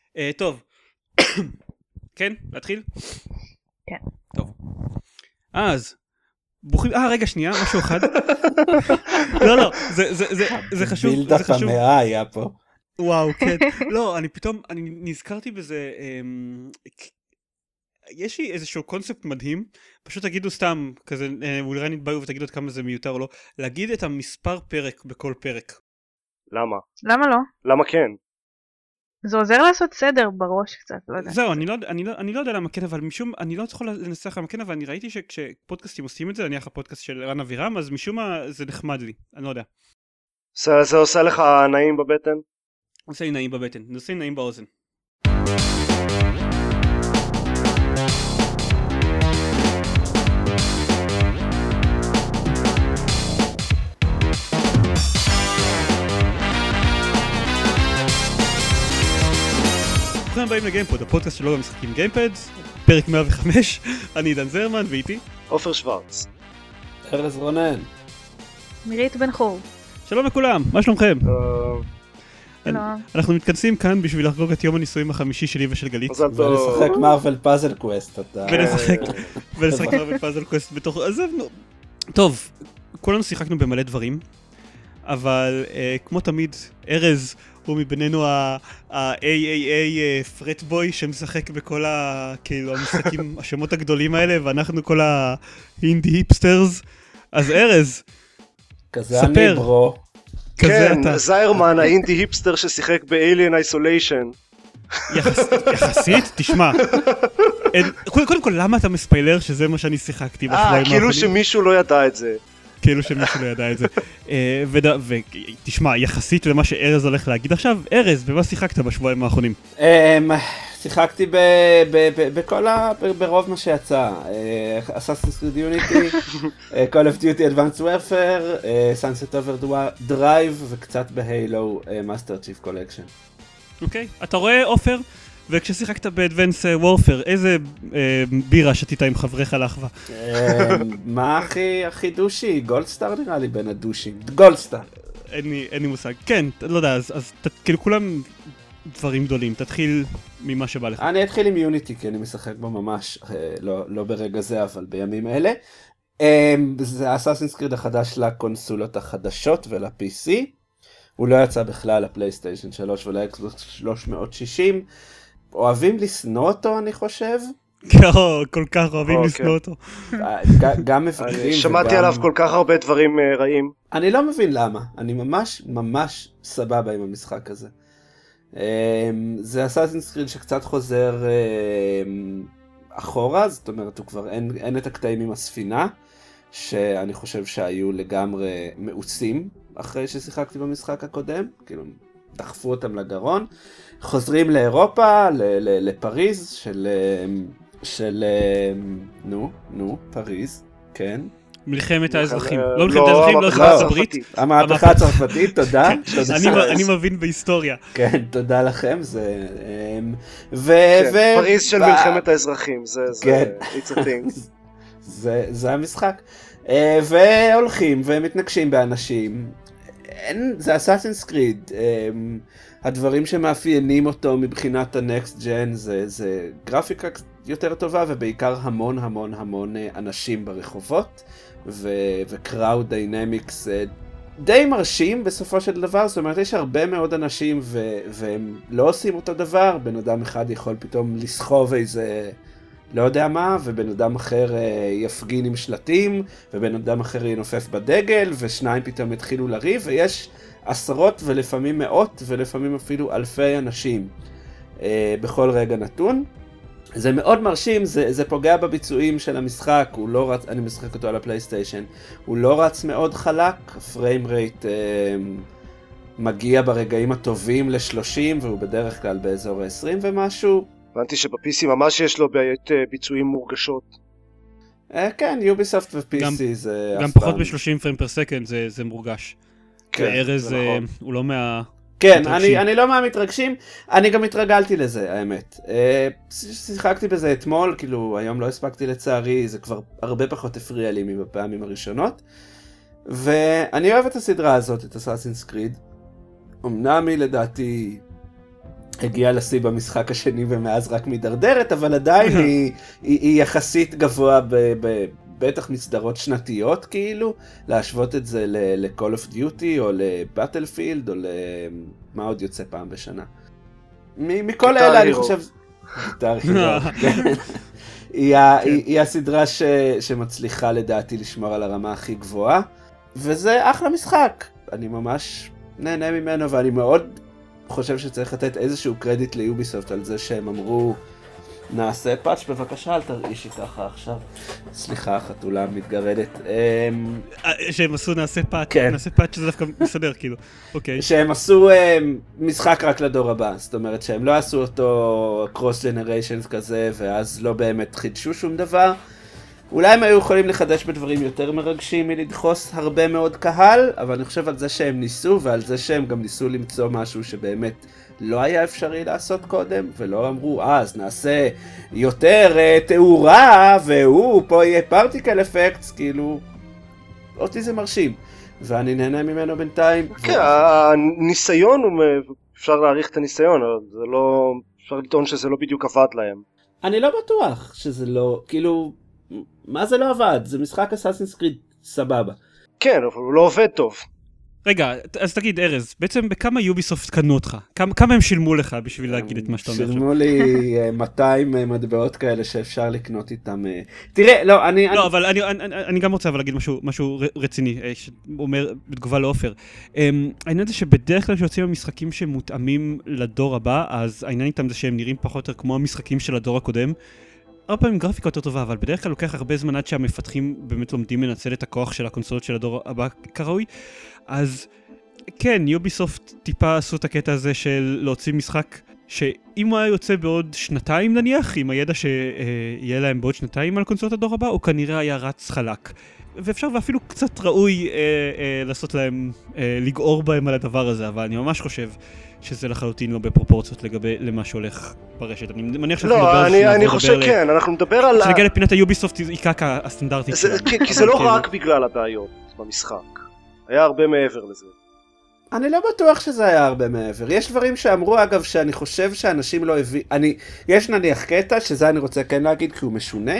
טוב. כן? להתחיל? כן. טוב. אז, ברוכים... רגע, שנייה, משהו אחד. לא, זה חשוב. בילדאפ המאה היה פה. וואו, כן. לא, אני נזכרתי בזה, יש לי איזשהו קונספט מדהים, פשוט תגידו סתם, כזה, אולי נתבעו ותגידו עד כמה זה מיותר או לא, להגיד את המספר פרק בכל פרק. למה? למה לא? למה כן? זה עוזר לעשות סדר בראש קצת, לא יודע. זהו, אני לא יודע למה כן, אבל משום, אני לא יכול לנסח למה כן, אבל אני ראיתי שכשפודקאסטים עושים את זה, נניח הפודקאסט של רן אבירם, אז משום מה זה נחמד לי, אני לא יודע. זה עושה לך נעים בבטן? עושה לי נעים בבטן, זה עושה לי נעים באוזן. ברוכים הבאים לגיימפוד, הפודקאסט שלו במשחקים גיימפד, פרק 105, אני עידן זרמן ואיתי עופר שוורץ. ארז רונן. מירית בן חור. שלום לכולם, מה שלומכם? לא. אנחנו מתכנסים כאן בשביל לחגוג את יום הנישואים החמישי שלי ושל גלית. ולשחק מרוול פאזל קווסט. ולשחק מרוול פאזל קווסט בתוך... עזבנו. טוב, כולנו שיחקנו במלא דברים, אבל כמו תמיד, ארז הוא מבינינו ה-AAA פרטבוי שמשחק בכל כאילו המשחקים, השמות הגדולים האלה, ואנחנו כל האינדי היפסטרס. אז ארז, כזה אני ברו. כן, זיירמן, האינדי היפסטר ששיחק ב-Alien Isolation. יחסית, תשמע. קודם כל, למה אתה מספיילר שזה מה שאני שיחקתי בשבועיים האחרונים? כאילו שמישהו לא ידע את זה. כאילו שמישהו לא ידע את זה. ותשמע, יחסית למה שארז הולך להגיד עכשיו, ארז, במה שיחקת בשבועיים האחרונים? שיחקתי ברוב מה שיצא. Assassin's Creed Unity, Call of Duty Advanced Warfare, Sunset Overdrive וקצת בהילו Master Chief Collection. אוקיי, אתה רואה עופר? וכששיחקת ב-Advanced Warfare, איזה בירה שתית עם חבריך לאחווה? מה הכי דושי? גולדסטאר נראה לי בין הדושים. גולדסטאר. אין לי מושג. כן, לא יודע, אז כאילו כולם דברים גדולים. תתחיל ממה שבא לך. אני אתחיל עם יוניטי, כי אני משחק בו ממש, לא ברגע זה, אבל בימים אלה. זה Assassin's Creed החדש לקונסולות החדשות ול-PC. הוא לא יצא בכלל לפלייסטיישן 3 ולאקסבוקס 360. אוהבים לשנוא אותו, אני חושב. כל כך אוהבים לשנוא אותו. גם מפגרים. שמעתי עליו כל כך הרבה דברים רעים. אני לא מבין למה. אני ממש סבבה עם המשחק הזה. זה Assassin's Creed שקצת חוזר אחורה, זאת אומרת, הוא כבר אין את הקטעים עם הספינה, שאני חושב שהיו לגמרי מעוצים אחרי ששיחקתי במשחק הקודם, כאילו דחפו אותם לגרון. חוזרים לאירופה, לפריז, פריז, כן. מלחמת האזרחים. לא מלחמת האזרחים, לא מלחמת הברית. המהפכה הצרפתית, תודה. אני מבין בהיסטוריה. כן, תודה לכם. פריז של מלחמת האזרחים, זה it's a thing. זה המשחק. והולכים ומתנגשים באנשים. זה Assassin's Creed. הדברים שמאפיינים אותו מבחינת ה-Next Gen זה גרפיקה יותר טובה ובעיקר המון אנשים ברחובות ו-Crowd Dynamics די מרשים בסופו של דבר. זאת אומרת, יש הרבה מאוד אנשים והם לא עושים אותו דבר. בן אדם אחד יכול פתאום לסחוב איזה לא יודע מה, ובן אדם אחר יפגין עם שלטים, ובן אדם אחר ינופף בדגל, ושניים פתאום יתחילו לריב, ויש עשרות ולפעמים מאות, ולפעמים אפילו אלפי אנשים בכל רגע נתון. זה מאוד מרשים, זה פוגע בביצועים של המשחק, הוא לא רץ, אני משחק אותו על הפלייסטיישן, הוא לא רץ מאוד חלק, הפריים רייט מגיע ברגעים הטובים ל-30, והוא בדרך כלל באזור ה-20 ומשהו. הבנתי שבפיסי ממש יש לו בעיות ביצועים מורגשות. כן, יוביסופט ופיסי זה... גם פחות ב-30 פריים פר סקנד זה מורגש. כן, וארז הוא לא מה... כן, אני לא מהמתרגשים, אני גם התרגלתי לזה, האמת. שיחקתי בזה אתמול, כאילו היום לא הספקתי לצערי, זה כבר הרבה פחות הפריע לי מבפעמים הראשונות. ואני אוהב את הסדרה הזאת, את Assassin's Creed. אמנם היא לדעתי הגיעה לשיא במשחק השני ומאז רק מדרדרת, אבל עדיין היא יחסית גבוה בטח מסדרות שנתיות כאילו, להשוות את זה ל-Call of Duty או ל-Battlefield או למה עוד יוצא פעם בשנה. מכל אלה אני חושב... גיטר הירו, כן. היא הסדרה שמצליחה לדעתי לשמור על הרמה הכי גבוהה, וזה אחלה משחק. אני ממש נהנה ממנו, ואני מאוד חושב שצריך לתת איזשהו קרדיט ליוביסופט על זה שהם אמרו, נעשה פאץ', בבקשה, אל תרעישי ככה עכשיו. סליחה, חתולה מתגרדת. שהם עשו נעשה פאץ', כן. נעשה פאץ' שזה דווקא מסדר, כאילו. אוקיי. שהם עשו משחק רק לדור הבא, זאת אומרת שהם לא עשו אותו קרוס ג'נריישנס כזה, ואז לא באמת חידשו שום דבר. אולי הם היו יכולים לחדש בדברים יותר מרגשים מלדחוס הרבה מאוד קהל, אבל אני חושב על זה שהם ניסו, ועל זה שהם גם ניסו למצוא משהו שבאמת לא היה אפשרי לעשות קודם, ולא אמרו, אז נעשה יותר תאורה, פה יהיה פרטיקל אפקטס, כאילו, אותי זה מרשים, ואני נהנה ממנו בינתיים. כן, הניסיון, אפשר להעריך את הניסיון, אבל זה לא, אפשר לטעון שזה לא בדיוק עבד להם. אני לא בטוח שזה לא, כאילו, מה זה לא עבד? זה משחק אסאסינס קריד סבבה. כן, אבל הוא לא עובד טוב. רגע, אז תגיד ארז, בעצם בכמה יוביסופט קנו אותך? כמה הם שילמו לך בשביל להגיד את מה שאתה אומר עכשיו? שילמו לי 200 מטבעות כאלה שאפשר לקנות איתם. תראה, לא, לא, אבל אני גם רוצה להגיד משהו רציני, שאומר בתגובה לאופר. העניין זה שבדרך כלל שיוצאים המשחקים שמותאמים לדור הבא, אז העניין איתם זה שהם נראים פחות או יותר כמו המשחקים של הדור הקודם. הרבה פעמים גרפיקה יותר טובה, אבל בדרך כלל לוקח הרבה זמן עד שהמפתחים באמת לומדים לנצל את הכוח של הקונסולות של הדור הבא כראוי. אז כן, יוביסופט טיפה עשו את הקטע הזה של להוציא משחק שאם הוא היה יוצא בעוד שנתיים נניח, עם הידע שיהיה להם בעוד שנתיים על קונסולות הדור הבא, הוא כנראה היה רץ חלק. ואפשר ואפילו קצת ראוי לעשות להם, לגעור בהם על הדבר הזה, אבל אני ממש חושב שזה לחלוטין לא בפרופורציות לגבי למה שהולך ברשת. אני מניח שאנחנו לא, אני חושב כן, אנחנו נדבר על... שנגיע לפינת היוביסופט היא קקה הסטנדרטית שלנו. כי זה לא רק בגלל הבעיות במשחק, היה הרבה מעבר לזה. אני לא בטוח שזה היה הרבה מעבר. יש דברים שאמרו אגב שאני חושב שאנשים לא הביאו, יש נניח קטע שזה אני רוצה כן להגיד כי הוא משונה.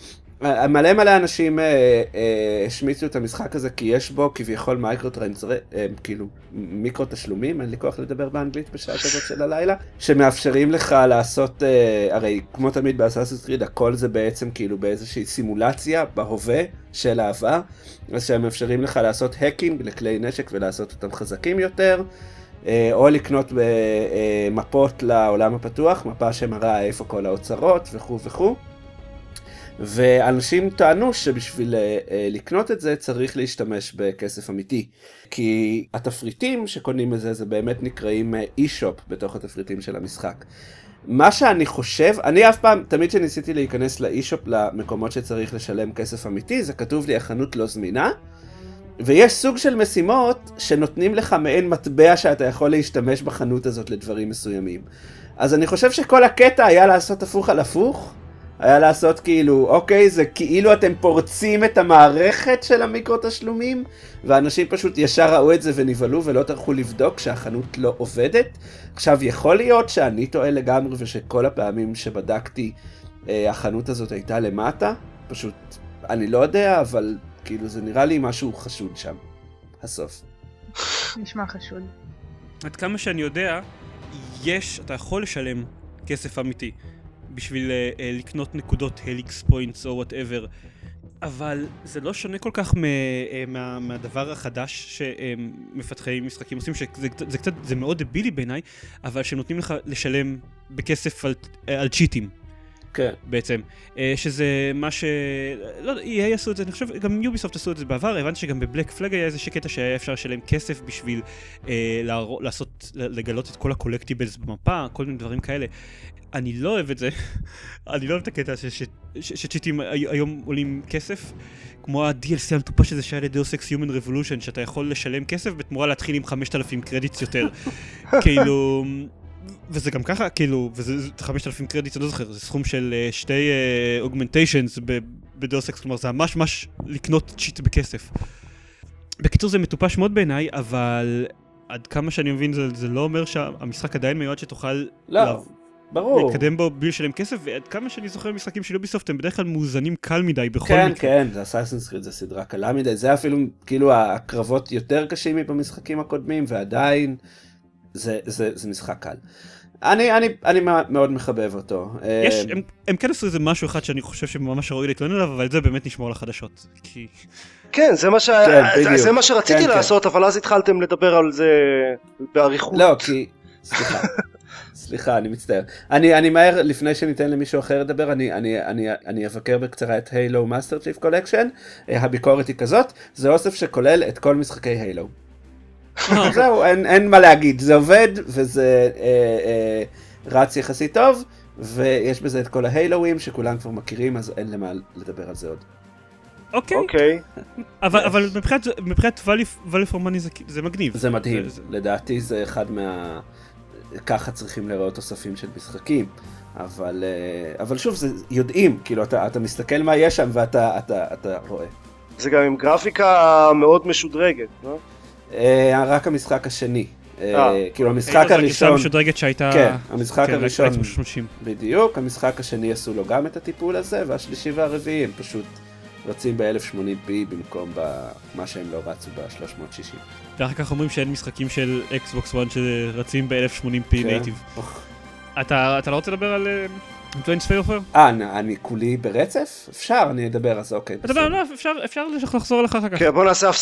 מלא אנשים השמיצו את המשחק הזה כי יש בו כביכול כאילו מיקרו תשלומים, אין לי כוח לדבר באנגלית בשעה כזאת של הלילה, שמאפשרים לך לעשות, הרי כמו תמיד באסאסינס קריד הכל זה בעצם כאילו באיזושהי סימולציה בהווה של העבר, אז שהם מאפשרים לך לעשות הקינג לכלי נשק ולעשות אותם חזקים יותר, או לקנות מפות לעולם הפתוח, מפה שמראה איפה כל האוצרות וכו' וכו'. ואנשים טענו שבשביל לקנות את זה צריך להשתמש בכסף אמיתי. כי התפריטים שקונים את זה, זה באמת נקראים אי-שופ בתוך התפריטים של המשחק. מה שאני חושב, אני אף פעם, תמיד שניסיתי להיכנס לאי-שופ למקומות שצריך לשלם כסף אמיתי, זה כתוב לי החנות לא זמינה, ויש סוג של משימות שנותנים לך מעין מטבע שאתה יכול להשתמש בחנות הזאת לדברים מסוימים. אז אני חושב שכל הקטע היה לעשות הפוך על הפוך, היה לעשות כאילו, אוקיי, זה כאילו אתם פורצים את המערכת של המיקרו תשלומים, ואנשים פשוט ישר ראו את זה ונבהלו ולא טרחו לבדוק שהחנות לא עובדת. עכשיו יכול להיות שאני טועה לגמרי ושכל הפעמים שבדקתי החנות הזאת הייתה למטה, פשוט אני לא יודע, אבל כאילו זה נראה לי משהו חשוד שם, הסוף. נשמע חשוד. עד כמה שאני יודע, אתה יכול לשלם כסף אמיתי. בשביל לקנות נקודות הליקס פוינטס או וואטאבר, אבל זה לא שונה כל כך מהדבר החדש שמפתחי משחקים עושים, זה מאוד דבילי בעיניי, אבל שנותנים לך לשלם בכסף על צ'יטים. כן. בעצם, שזה מה לא יודע, EA עשו את זה, אני חושב, גם יוביסופט עשו את זה בעבר, הבנתי שגם בבלק פלאג היה איזה שקטע שהיה אפשר לשלם כסף בשביל לגלות את כל הקולקטיבלס במפה, כל מיני דברים כאלה. אני לא אוהב את זה, אני לא אוהב את הקטע שצ'יטים היום עולים כסף, כמו ה-DLC המטופש הזה שהיה ל-Deus Ex Human Revolution, שאתה יכול לשלם כסף בתמורה להתחיל עם 5,000 קרדיטס יותר. כאילו, וזה גם ככה, כאילו, וזה 5,000 קרדיטס, אני לא זוכר, זה סכום של 2 augmentations ב-Deus Ex, כלומר זה ממש לקנות צ'יט בכסף. בקיצור זה מטופש מאוד בעיניי, אבל עד כמה שאני מבין זה לא אומר שהמשחק עדיין מיועד שתוכל ברור. לקדם בו בלי לשלם כסף, ועד כמה שאני זוכר משחקים של יוביסופט הם בדרך כלל מאוזנים קל מדי בכל כן, מקרה. כן, זה Assassin's Creed, זה סדרה קלה מדי, זה אפילו כאילו הקרבות יותר קשים מבמשחקים הקודמים, ועדיין זה משחק קל. אני מאוד מחבב אותו. הם כן עשו איזה משהו אחד שאני חושב שממש ראוי להתלונן עליו, אבל זה באמת נשמור לחדשות. כן, זה מה שרציתי לעשות, אבל אז התחלתם לדבר על זה בעריכות. לא, כי... סליחה, אני מצטער. אני מהר, לפני שניתן למישהו אחר לדבר, אני אבקר בקצרה את הילו מאסטר צ'יף קולקשן. הביקורת היא כזאת, זה אוסף שכולל את כל משחקי הילו. זהו, אין מה להגיד, זה עובד, וזה רץ יחסית טוב, ויש בזה את כל ההילואים שכולם כבר מכירים, אז אין למה לדבר על זה עוד. אוקיי. אבל מבחינת value for money זה מגניב. זה מדהים, לדעתי זה אחד ככה צריכים לראות אוספים של משחקים, אבל שוב, זה יודעים, כאילו אתה מסתכל מה יש שם ואתה רואה. זה גם עם גרפיקה מאוד משודרגת, לא? רק המשחק השני. כאילו המשחק הראשון... המשודרגת שהייתה... כן, המשחק הראשון... בדיוק, המשחק השני עשו לו גם את הטיפול הזה, והשלישי והרביעי הם פשוט רצים ב-1080p במקום במה שהם לא רצו ב-360. ואחר כך אומרים שאין משחקים של Xbox One שרצים ב-1080p נייטיב. אתה לא רוצה לדבר על Advanced Warfare? אני כולי ברצף? אפשר, אני אדבר, אז אוקיי. אפשר לחזור לך אחר כך. כן, בוא נעשה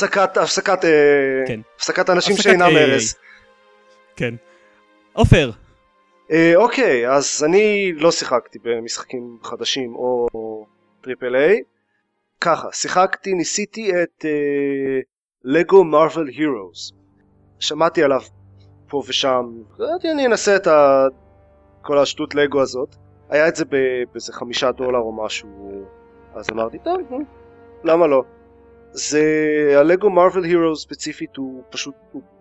הפסקת אנשים שאינם ארז. כן. עופר. אוקיי, אז אני לא שיחקתי במשחקים חדשים או טריפל איי. ככה, ניסיתי את לגו מרוול הירוס. שמעתי עליו פה ושם, אני אנסה את כל השטות לגו הזאת. היה את זה באיזה $5 או משהו, אז אמרתי, טוב, למה לא? זה, הלגו מרוול הירוס ספציפית הוא פשוט,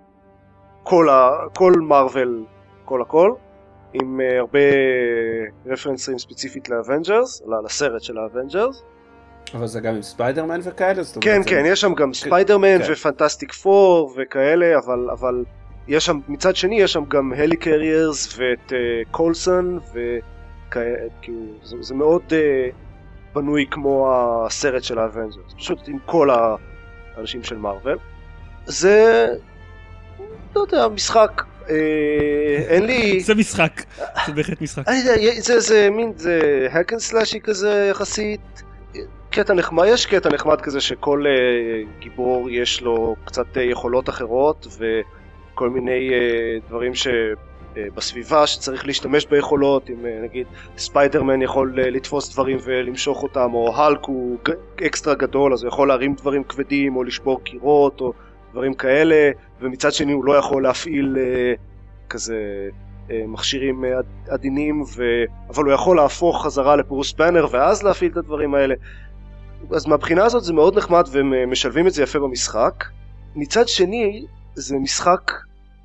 כל מרוול, הכל, עם הרבה רפרנסים ספציפית לאבנג'רס, לסרט של האבנג'רס. אבל זה גם עם ספיידרמן וכאלה? כן, כן, יש שם גם ספיידרמן ופנטסטיק פור וכאלה, אבל יש שם, מצד שני יש שם גם הלי קריירס ואת קולסון וכאלה, זה מאוד בנוי כמו הסרט של האבנג'רס, פשוט עם כל האנשים של מארוול. זה, לא יודע, משחק, אין לי... זה משחק, זה בהחלט משחק. זה מין, זה hack and slashי כזה יחסית. קטע נחמד, יש קטע נחמד כזה שכל גיבור יש לו קצת יכולות אחרות וכל מיני דברים שבסביבה שצריך להשתמש ביכולות, אם נגיד ספיידרמן יכול לתפוס דברים ולמשוך אותם, או הלק הוא אקסטרה גדול אז הוא יכול להרים דברים כבדים או לשבור קירות או דברים כאלה, ומצד שני הוא לא יכול להפעיל כזה מכשירים עדינים, אבל הוא יכול להפוך חזרה לברוס בנר ואז להפעיל את הדברים האלה. אז מהבחינה הזאת זה מאוד נחמד ומשלבים את זה יפה במשחק. מצד שני זה משחק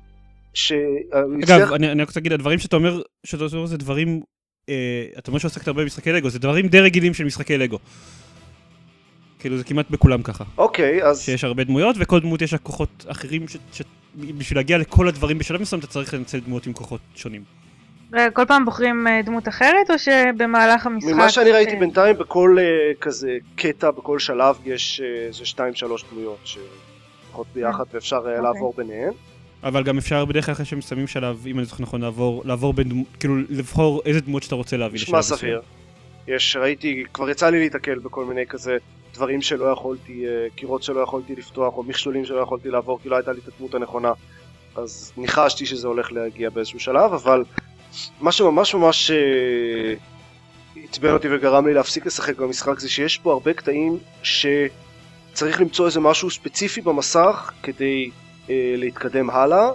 אגב, אני רוצה להגיד, הדברים שאתה אומר זה דברים, אתה אומר שעוסקת הרבה במשחקי לגו, זה דברים די רגילים של משחקי לגו. כאילו זה כמעט בכולם ככה. אוקיי, אז... שיש הרבה דמויות וכל דמות יש לה כוחות אחרים, בשביל להגיע לכל הדברים בשלב מסוים אתה צריך לנצל דמויות עם כוחות שונים. כל פעם בוחרים דמות אחרת או שבמהלך המשחק? ממה שאני ראיתי בינתיים בכל כזה קטע, בכל שלב יש 2-3 דמויות שפחות ביחד ואפשר לעבור ביניהן. אבל גם אפשר בדרך כלל אחרי שהם שמים שלב, אם אני זוכר נכון, לעבור בין דמות, כאילו לבחור איזה דמות שאתה רוצה להביא לשלב. נשמע סביר. ראיתי, כבר יצא לי להתקל בכל מיני כזה דברים שלא יכולתי, קירות שלא יכולתי לפתוח או מכשולים שלא יכולתי לעבור כי לא הייתה לי את הדמות הנכונה. אז ניחשתי שזה הולך להגיע באיזשהו שלב, אבל מה שממש עצבן אותי וגרם לי להפסיק לשחק במשחק זה שיש פה הרבה קטעים שצריך למצוא איזה משהו ספציפי במסך כדי להתקדם הלאה,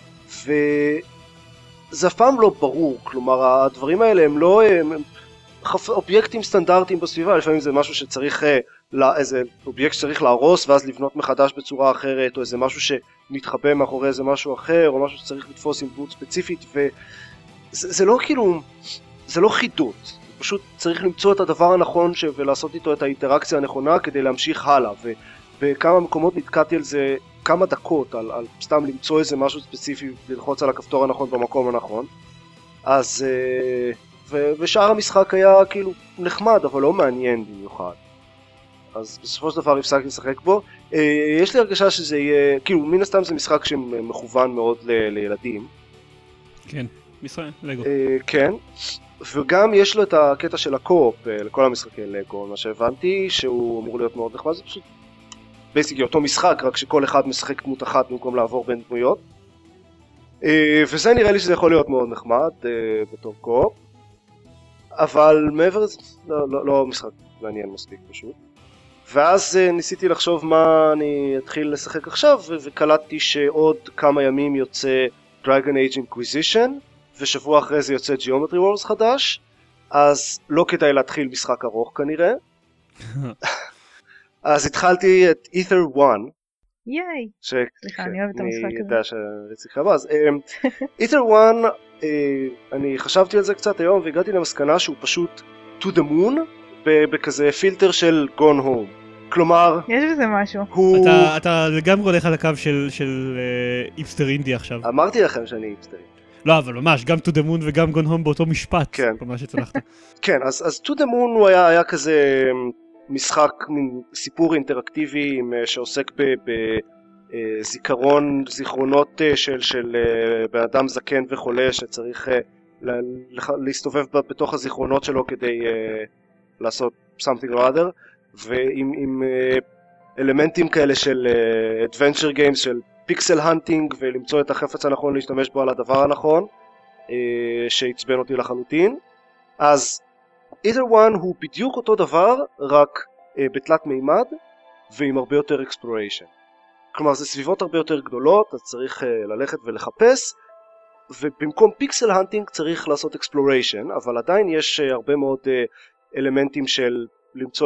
וזה אף פעם לא ברור. כלומר הדברים האלה הם לא אובייקטים סטנדרטיים בסביבה, לפעמים זה משהו שצריך איזה אובייקט שצריך להרוס ואז לבנות מחדש בצורה אחרת, או איזה משהו שמתחבא מאחורי איזה משהו אחר, או משהו שצריך לתפוס עם דמות ספציפית, וזה לא כאילו, זה לא חידות, פשוט צריך למצוא את הדבר הנכון ולעשות איתו את האינטראקציה הנכונה כדי להמשיך הלאה, ובכמה מקומות נתקעתי על זה כמה דקות על סתם למצוא איזה משהו ספציפי וללחוץ על הכפתור הנכון במקום הנכון. אז ושאר המשחק היה כאילו נחמד אבל לא מעניין במיוחד. אז בסופו של דבר הפסקתי לשחק בו. יש לי הרגשה שזה יהיה, כאילו מן הסתם זה משחק שמכוון מאוד לילדים. כן, משחק לגו. כן, וגם יש לו את הקטע של הקו-אופ לכל המשחקי לגו, מה שהבנתי שהוא אמור להיות מאוד נחמד, זה פשוט בייסיקלי אותו משחק, רק שכל אחד משחק דמות אחת במקום לעבור בין דמויות. וזה נראה לי שזה יכול להיות מאוד נחמד בתור קו-אופ, אבל מעבר לזה לא משחק מעניין מספיק פשוט. ואז ניסיתי לחשוב מה אני אתחיל לשחק עכשיו, וקלטתי שעוד כמה ימים יוצא Dragon Age Inquisition, ושבוע אחרי זה יוצא Geometry Wars חדש, אז לא כדאי להתחיל משחק ארוך כנראה. אז התחלתי את Ether 1. ייי. סליחה, אני אוהבת את המשחק הזה. אני יודע שרציתי לבוא. אז Ether 1, אני חשבתי על זה קצת היום, והגעתי למסקנה שהוא פשוט To the Moon, בכזה פילטר של Gone Home. כלומר, יש בזה משהו. אתה לגמרי הולך על הקו של איפסטר אינדי עכשיו. אמרתי לכם שאני איפסטר אינדי. לא, אבל ממש, גם To the Moon וגם Gone Home באותו משפט. כן. ממש הצלחת. כן, אז To the Moon הוא היה כזה משחק, סיפור אינטראקטיבי שעוסק זיכרונות של בן אדם זקן וחולה שצריך להסתובב בתוך הזיכרונות שלו כדי לעשות something or other, ועם אלמנטים כאלה של adventure games, של פיקסל הנטינג, ולמצוא את החפץ הנכון להשתמש בו על הדבר הנכון, שהצבן אותי לחלוטין. אז Ether 1 הוא בדיוק אותו דבר, רק בתלת מימד, ועם הרבה יותר exploration. כלומר, זה סביבות הרבה יותר גדולות, אז צריך ללכת ולחפש, ובמקום פיקסל הנטינג צריך לעשות exploration, אבל עדיין יש הרבה מאוד אלמנטים של למצוא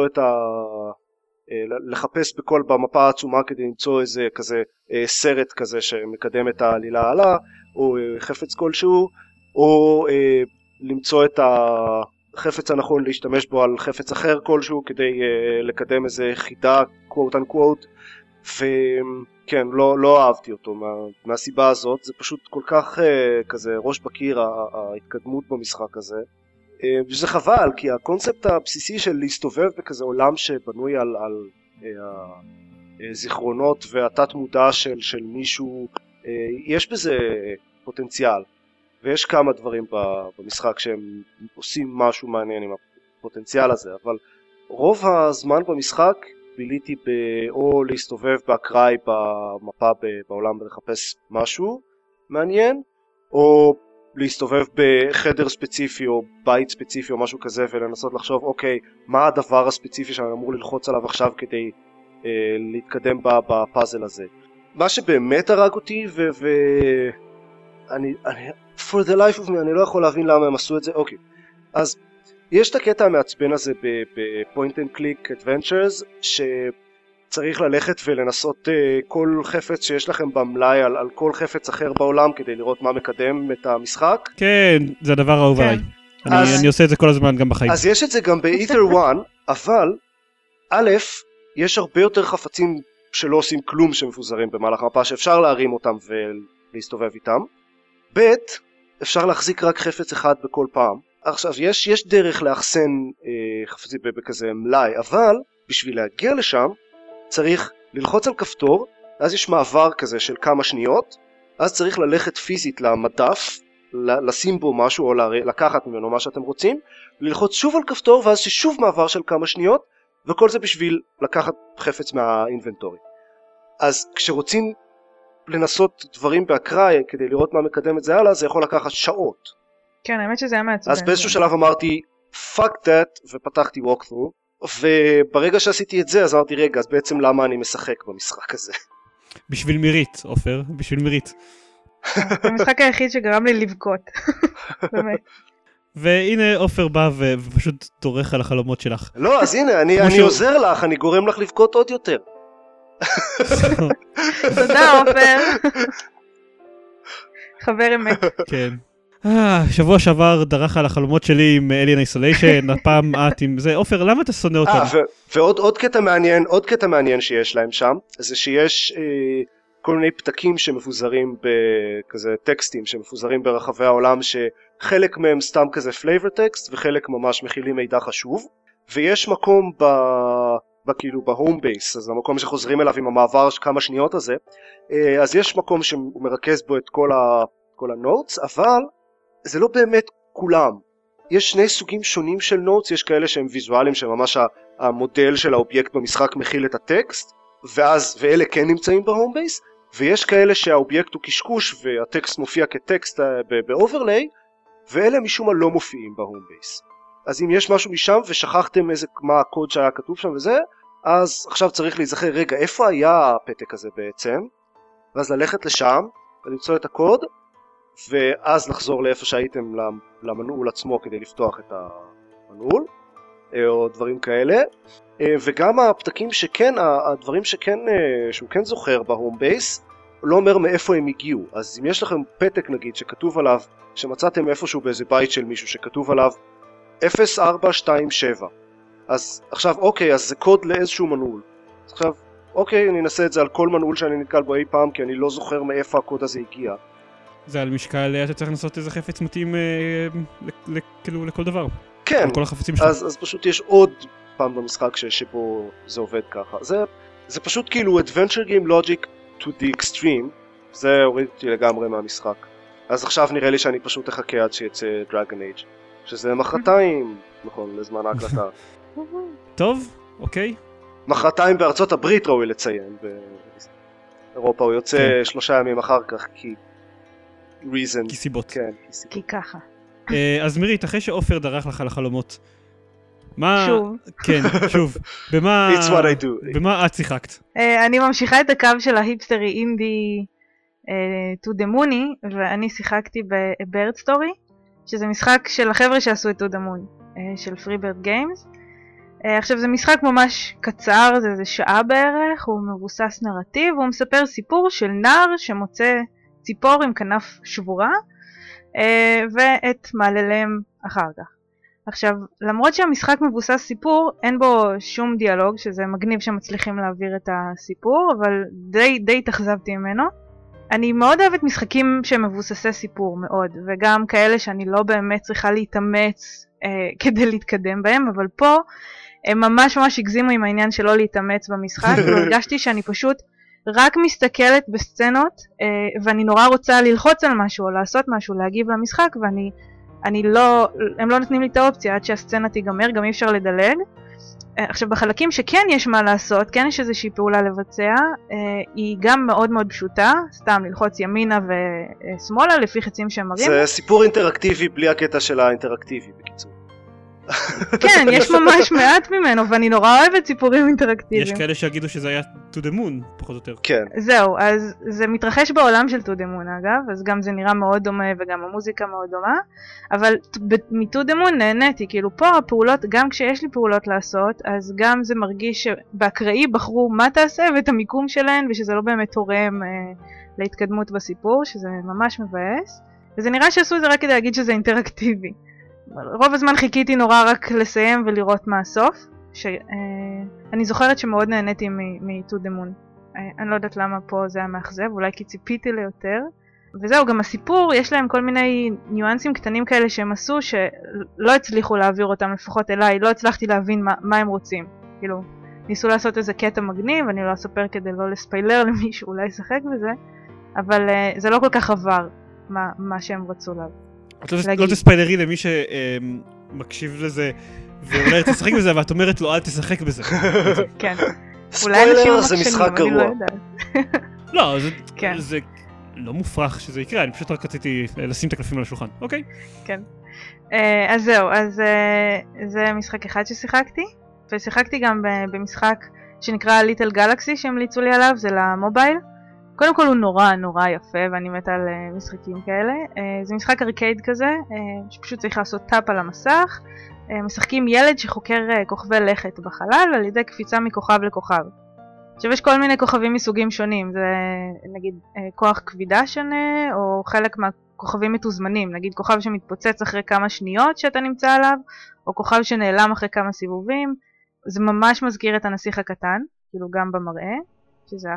לחפש במפה העצומה כדי למצוא איזה כזה סרט כזה שמקדם את העלילה הלאה, או חפץ כלשהו, או למצוא את החפץ הנכון להשתמש בו על חפץ אחר כלשהו כדי לקדם איזה חידה quote unquote, וכן, לא אהבתי אותו מהסיבה הזאת. זה פשוט כל כך כזה ראש בקיר ההתקדמות במשחק הזה, וזה חבל, כי הקונספט הבסיסי של להסתובב בכזה עולם שבנוי על הזיכרונות והתת מודע של מישהו, יש בזה פוטנציאל, ויש כמה דברים במשחק שהם עושים משהו מעניין עם הפוטנציאל הזה, אבל רוב הזמן במשחק ביליתי או להסתובב באקראי במפה בעולם ולחפש משהו מעניין, או להסתובב בחדר ספציפי או בית ספציפי או משהו כזה ולנסות לחשוב אוקיי, מה הדבר הספציפי שאני אמור ללחוץ עליו עכשיו כדי להתקדם בפאזל הזה. מה שבאמת הרג אותי ואני for the life of me אני לא יכול להבין למה הם עשו את זה. אוקיי, אז יש את הקטע המעצבן הזה ב-point and click adventures שצריך ללכת ולנסות כל חפץ שיש לכם במלאי על כל חפץ אחר בעולם כדי לראות מה מקדם את המשחק. כן, זה הדבר האהוב עליי. אני עושה את זה כל הזמן גם בחיים. אז יש את זה גם ב-Ether 1, אבל א', יש הרבה יותר חפצים שלא עושים כלום שמפוזרים במהלך המפה שאפשר להרים אותם ולהסתובב איתם. ב', אפשר להחזיק רק חפץ אחד בכל פעם. עכשיו, יש דרך לאחסן חפצים בכזה מלאי, אבל בשביל להגיע לשם צריך ללחוץ על כפתור, אז יש מעבר כזה של כמה שניות, אז צריך ללכת פיזית למדף, לשים בו משהו או לקחת ממנו מה שאתם רוצים, ללחוץ שוב על כפתור ואז שוב מעבר של כמה שניות, וכל זה בשביל לקחת חפץ מהאינבנטורי. אז כשרוצים לנסות דברים באקראי כדי לראות מה מקדם את זה הלאה, זה יכול לקחת שעות. כן, האמת שזה היה מעצבן. אז באיזשהו שלב אמרתי fuck that ופתחתי walkthrough, וברגע שעשיתי את זה אז אמרתי רגע, אז בעצם למה אני משחק במשחק הזה? בשביל מירית, עופר, בשביל מירית. זה המשחק היחיד שגרם לי לבכות. באמת. והנה עופר בא ופשוט דורך על החלומות שלך. לא, אז הנה, אני עוזר לך, אני גורם לך לבכות עוד יותר. תודה עופר. חבר אמת. כן. שבוע שעבר דרך על החלומות שלי עם Alien Isolation, הפעם את עם זה. עופר, למה אתה שונא אותם? ועוד קטע מעניין שיש להם שם, זה שיש כל מיני פתקים שמפוזרים בכזה טקסטים שמפוזרים ברחבי העולם, שחלק מהם סתם כזה flavor text וחלק ממש מכילים מידע חשוב, ויש מקום כאילו בהום בייס, אז המקום שחוזרים אליו עם המעבר כמה שניות הזה, אז יש מקום שהוא מרכז בו את כל הנוטס, אבל זה לא באמת כולם. יש שני סוגים שונים של נוטס, יש כאלה שהם ויזואליים שממש המודל של האובייקט במשחק מכיל את הטקסט, ואלה כן נמצאים בהום בייס, ויש כאלה שהאובייקט הוא קשקוש והטקסט מופיע כטקסט באוברליי, ואלה משום מה לא מופיעים בהום בייס. אז אם יש משהו משם ושכחתם מה הקוד שהיה כתוב שם וזה, אז עכשיו צריך להיזכר, רגע, איפה היה הפתק הזה בעצם? ואז ללכת לשם ולמצוא את הקוד, ואז לחזור לאיפה שהייתם למנעול עצמו כדי לפתוח את המנעול, או דברים כאלה. וגם הפתקים שכן, הדברים שהוא כן זוכר בהום בייס, לא אומר מאיפה הם הגיעו. אז אם יש לכם פתק נגיד שכתוב עליו, שמצאתם איפשהו באיזה בית של מישהו שכתוב עליו 0427, אז עכשיו אוקיי, אז זה קוד לאיזשהו מנעול. אז עכשיו אוקיי, אני אנסה את זה על כל מנעול שאני נתקל בו אי פעם, כי אני לא זוכר מאיפה הקוד הזה הגיע. זה על משקל, אתה צריך לנסות איזה חפץ מתאים כאילו לכל דבר. כן, כל החפצים שלו. אז פשוט יש עוד פעם במשחק שבו זה עובד ככה. זה פשוט כאילו adventure game logic to the extreme, זה הוריד אותי לגמרי מהמשחק. אז עכשיו נראה לי שאני פשוט אחכה עד שיצא Dragon Age, שזה מחרתיים, נכון, לזמן ההקלטה. טוב, אוקיי. מחרתיים בארצות הברית ראוי לציין, באירופה הוא יוצא 3 ימים אחר כך, כי reasons. כי סיבות. כן, כי ככה. אז מירית, אחרי שאופר דרך לך לחלומות, מה... שוב. כן, שוב. במה... It's what I do. במה את שיחקת? אני ממשיכה את הקו של ההיפסטרי אינדי To the Moon, ואני שיחקתי ב-Bird Story, שזה משחק של החבר'ה שעשו את To the Moon, של Freebird Games. עכשיו זה משחק ממש קצר, זה שעה בערך, הוא מבוסס נרטיב, והוא מספר סיפור של נער שמוצא ציפור עם כנף שבורה, ואת מעלליהם אחר כך. עכשיו, למרות שהמשחק מבוסס סיפור, אין בו שום דיאלוג, שזה מגניב שמצליחים להעביר את הסיפור, אבל די תחזבתי ממנו. אני מאוד אוהבת משחקים שמבוססי סיפור מאוד, וגם כאלה שאני לא באמת צריכה להתאמץ כדי להתקדם בהם, אבל פה הם ממש הגזימו עם העניין שלא להתאמץ במשחק, והרגשתי שאני פשוט רק מסתכלת בסצנות, ואני נורא רוצה ללחוץ על משהו, או לעשות משהו, להגיב למשחק, הם לא נותנים לי את האופציה עד שהסצנה תיגמר, גם אי אפשר לדלג. עכשיו בחלקים שכן יש מה לעשות, כן יש איזושהי פעולה לבצע, היא גם מאוד פשוטה, סתם ללחוץ ימינה ושמאלה לפי חצים שהם מראים. זה סיפור אינטראקטיבי בלי הקטע של האינטראקטיבי בקיצור. כן, יש ממש מעט ממנו, ואני נורא אוהבת סיפורים אינטראקטיביים. יש כאלה שיגידו שזה היה To the Moon, פחות או יותר. כן. זהו, אז זה מתרחש בעולם של To the Moon אגב, אז גם זה נראה מאוד דומה וגם המוזיקה מאוד דומה, אבל מ-To the Moon נהניתי, כאילו פה הפעולות, גם כשיש לי פעולות לעשות, אז גם זה מרגיש שבאקראי בחרו מה תעשה ואת המיקום שלהן, ושזה לא באמת תורם להתקדמות בסיפור, שזה ממש מבאס, וזה נראה שעשו את זה רק כדי להגיד שזה אינטראקטיבי. רוב הזמן חיכיתי נורא רק לסיים ולראות מה הסוף, אני זוכרת שמאוד נהניתי מ-To the Moon. אני לא יודעת למה פה זה היה מאכזב, אולי כי ציפיתי ליותר. וזהו, גם הסיפור, יש להם כל מיני ניואנסים קטנים כאלה שהם עשו, שלא הצליחו להעביר אותם, לפחות אליי, לא הצלחתי להבין מה הם רוצים. כאילו, ניסו לעשות איזה קטע מגניב, אני לא אספר כדי לא לספיילר למישהו, אולי ישחק בזה, אבל זה לא כל כך עבר מה שהם רצו להבין. את לא תספיילרי למי שמקשיב לזה ואולי תשחק בזה, ואת אומרת לו אל תשחק בזה. כן. ספיילר זה משחק גרוע. לא, זה לא מופרך שזה יקרה, אני פשוט רק רציתי לשים את הקלפים על השולחן, אוקיי? כן. אז זהו, אז זה משחק אחד ששיחקתי, ושיחקתי גם במשחק שנקרא Little Galaxy שהמליצו לי עליו, זה למובייל. קודם כל הוא נורא יפה, ואני מתה על משחקים כאלה. זה משחק ארקייד כזה, שפשוט צריך לעשות טאפ על המסך. משחקים ילד שחוקר כוכבי לכת בחלל, על ידי קפיצה מכוכב לכוכב. עכשיו יש כל מיני כוכבים מסוגים שונים, זה נגיד כוח כבידה שונה, או חלק מהכוכבים מתוזמנים, נגיד כוכב שמתפוצץ אחרי כמה שניות שאתה נמצא עליו, או כוכב שנעלם אחרי כמה סיבובים. זה ממש מזכיר את הנסיך הקטן, כאילו גם במראה, שזה אחלה.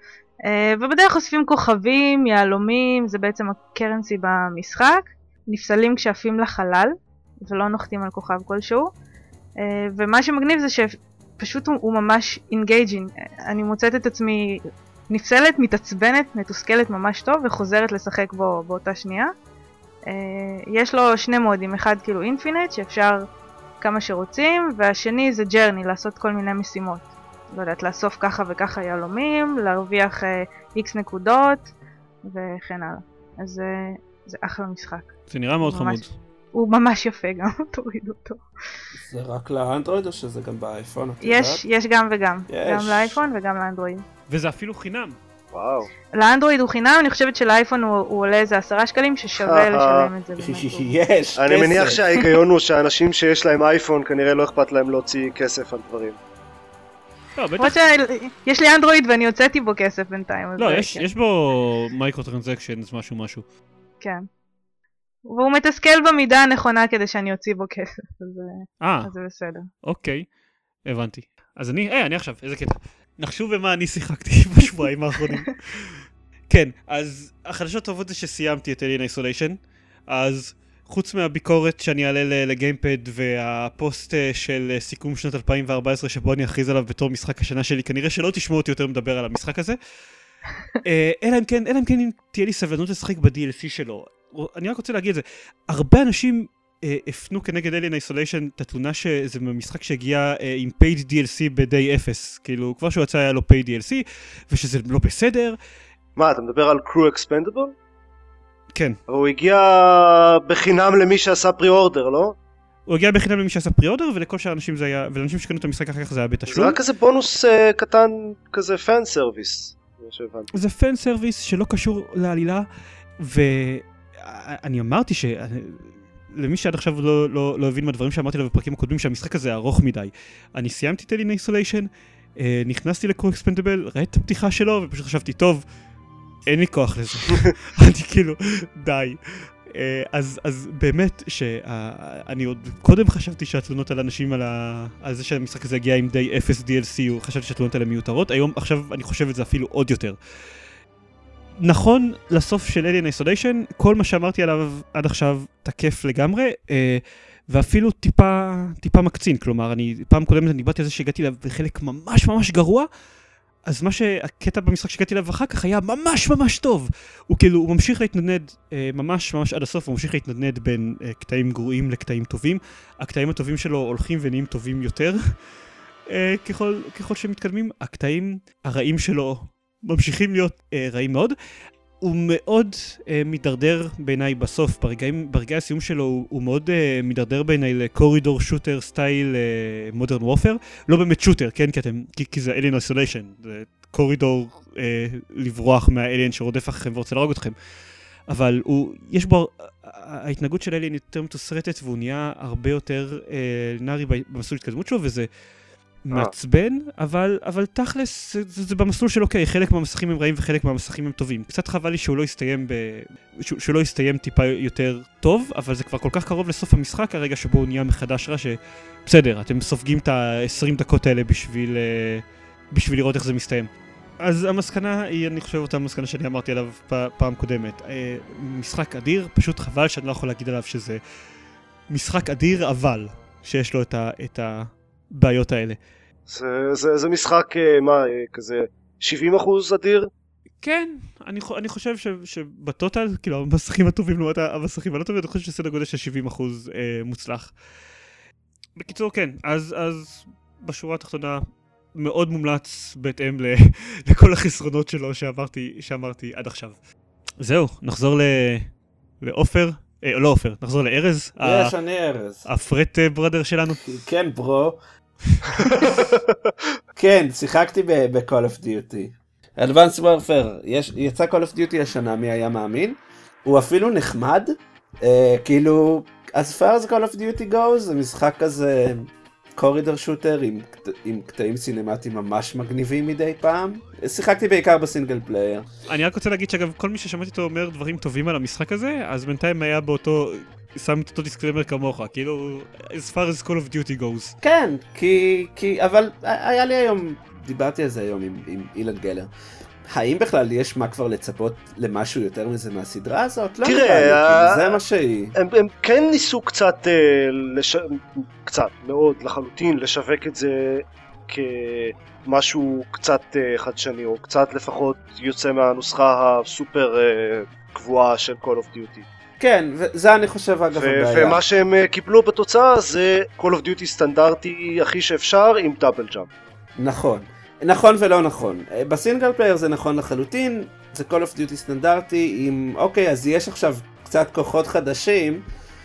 ובדרך אוספים כוכבים, יהלומים, זה בעצם הקרנסי במשחק, נפסלים כשעפים לחלל, ולא נוחתים על כוכב כלשהו, ומה שמגניב זה שפשוט הוא ממש אינגייג'ינג, אני מוצאת את עצמי נפסלת, מתעצבנת, מתוסכלת ממש טוב, וחוזרת לשחק בו באותה שנייה. יש לו שני מודים, אחד כאילו אינפינט, שאפשר כמה שרוצים, והשני זה ג'רני, לעשות כל מיני משימות. לא יודעת, לאסוף ככה וככה יהלומים, להרוויח איקס נקודות, וכן הלאה. אז זה אחלה משחק. זה נראה מאוד חמוד. הוא ממש יפה גם, תוריד אותו. זה רק לאנדרואיד או שזה גם באייפון? יש גם וגם. גם לאייפון וגם לאנדרואיד. וזה אפילו חינם. וואו. לאנדרואיד הוא חינם, אני חושבת שלאייפון הוא עולה איזה 10 שקלים, ששווה לשלם את זה. יש, אני מניח שההיגיון הוא שאנשים שיש להם אייפון כנראה לא אכפת להם להוציא כסף על דברים. יש לי אנדרואיד ואני הוצאתי בו כסף בינתיים. לא, יש בו מייקרו טרנזקשנס, משהו. כן. והוא מתסכל במידה הנכונה כדי שאני אוציא בו כסף, אז זה בסדר. אוקיי, הבנתי. אז אני עכשיו, איזה קטע. נחשו במה אני שיחקתי בשבועיים האחרונים. כן, אז החדשות טובות זה שסיימתי את Alien Isolation, אז חוץ מהביקורת שאני אעלה לגיימפד והפוסט של סיכום שנת 2014 שבו אני אכריז עליו בתור משחק השנה שלי, כנראה שלא תשמעו אותי יותר מדבר על המשחק הזה. אלא אם כן אם תהיה לי סבלנות לשחק ב-DLC שלו. אני רק רוצה להגיד את זה, הרבה אנשים הפנו כנגד Alien Isolation את התלונה שזה משחק שהגיע עם paid DLC ב-day 0, כאילו כבר שהוא יצא היה לו paid DLC ושזה לא בסדר. מה, אתה מדבר על Crew Expendable? כן. אבל הוא הגיע בחינם למי שעשה פרי-אורדר, לא? הוא הגיע בחינם למי שעשה פרי-אורדר ולכל שאר האנשים זה היה, ולאנשים שקנו את המשחק אחר כך זה היה בתשלום. זה היה כזה בונוס קטן, כזה פן סרוויס. זה פן סרוויס שלא קשור לעלילה, ואני אמרתי למי שעד עכשיו לא הבין מהדברים שאמרתי לו בפרקים הקודמים שהמשחק הזה ארוך מדי. אני סיימתי את Alien Isolation, נכנסתי לקרו אקספנדבל, ראיתי את הפתיחה שלו ופשוט חשבתי, טוב, אין לי כוח לזה. אני כאילו, די. אז באמת שאני עוד קודם חשבתי שהתלונות על אנשים על זה שהמשחק הזה הגיע עם די 0 DLC, חשבתי שהתלונות האלה מיותרות, עכשיו אני חושב את זה אפילו עוד יותר. נכון לסוף של Alien Isolation, כל מה שאמרתי עליו עד עכשיו תקף לגמרי, ואפילו טיפה מקצין, כלומר, פעם קודמת אני באתי על זה שהגעתי אליו בחלק ממש ממש גרוע, אז מה שהקטע במשחק שהגעתי אליו אחר כך היה ממש ממש טוב. הוא ממשיך להתנדנד ממש ממש עד הסוף, הוא ממשיך להתנדנד בין קטעים גרועים לקטעים טובים. הקטעים הטובים שלו הולכים ונהיים טובים יותר ככל שמתקדמים. הקטעים הרעים שלו ממשיכים להיות רעים מאוד. הוא מאוד מדרדר בעיניי בסוף, ברגעי הסיום שלו הוא מאוד מדרדר בעיניי לקורידור שוטר סטייל מודרן וורפר, לא באמת שוטר, כן? כי זה Alien Isolation, זה קורידור לברוח מהאליין שרודף אחריכם ורוצה להרוג אתכם, אבל יש בו, ההתנהגות של האליין יותר מתוסרטת והוא נהיה הרבה יותר לינארי במסלול התקדמות שלו, וזה מעצבן, אבל תכלס זה במסלול של אוקיי, חלק מהמסכים הם רעים וחלק מהמסכים הם טובים. קצת חבל לי שהוא לא יסתיים טיפה יותר טוב, אבל זה כבר כל כך קרוב לסוף המשחק, הרגע שבו הוא נהיה מחדש רע שבסדר, אתם סופגים את ה-20 דקות האלה בשביל לראות איך זה מסתיים. אז המסקנה היא, אני חושב אותה המסקנה שאני אמרתי עליו פעם קודמת. משחק אדיר, פשוט חבל שאני לא יכול להגיד עליו שזה משחק אדיר, אבל שיש לו את הבעיות האלה. זה משחק, מה, כזה 70% אדיר? כן, אני חושב שבטוטל, כאילו, המסכים הטובים לעומת המסכים הלא טובים, אני חושב שסדר גודל של 70% מוצלח. בקיצור, כן, אז בשורה התחתונה מאוד מומלץ בהתאם לכל החסרונות שלו שאמרתי עד עכשיו. זהו, נחזור לאופר. לא אופר, נחזור לארז. אני ארז. הפרט בראדר שלנו. כן, ברו. כן, שיחקתי ב-Call of Duty. Advanced Warfare, יצא Call of Duty השנה, מי היה מאמין? הוא אפילו נחמד, כאילו, as far as Call of Duty goes, זה משחק כזה קורידור שוטר עם קטעים סינמטיים ממש מגניבים מדי פעם. שיחקתי בעיקר בסינגל פלייר. אני רק רוצה להגיד שאגב, כל מי ששמעתי אותו אומר דברים טובים על המשחק הזה, אז בינתיים היה באותו, שם את אותו דיסקלמר כמוך, כאילו, as far as Call of Duty goes. כן, אבל היה לי היום, דיברתי על זה היום עם אילן גלר. האם בכלל יש מה כבר לצפות למשהו יותר מזה מהסדרה הזאת? לא תראה, זה מה שהיא. הם כן ניסו קצת, מאוד לחלוטין, לשווק את זה כמשהו קצת חדשני, או קצת לפחות יוצא מהנוסחה הסופר קבועה של Call of Duty. כן, וזה אני חושב אגב הבעיה. ומה שהם קיבלו בתוצאה זה Call of Duty סטנדרטי הכי שאפשר עם דאבל ג'אמפ. נכון. נכון ולא נכון. בסינגל פלייר זה נכון לחלוטין, זה Call of Duty סטנדרטי עם, אוקיי, אז יש עכשיו קצת כוחות חדשים,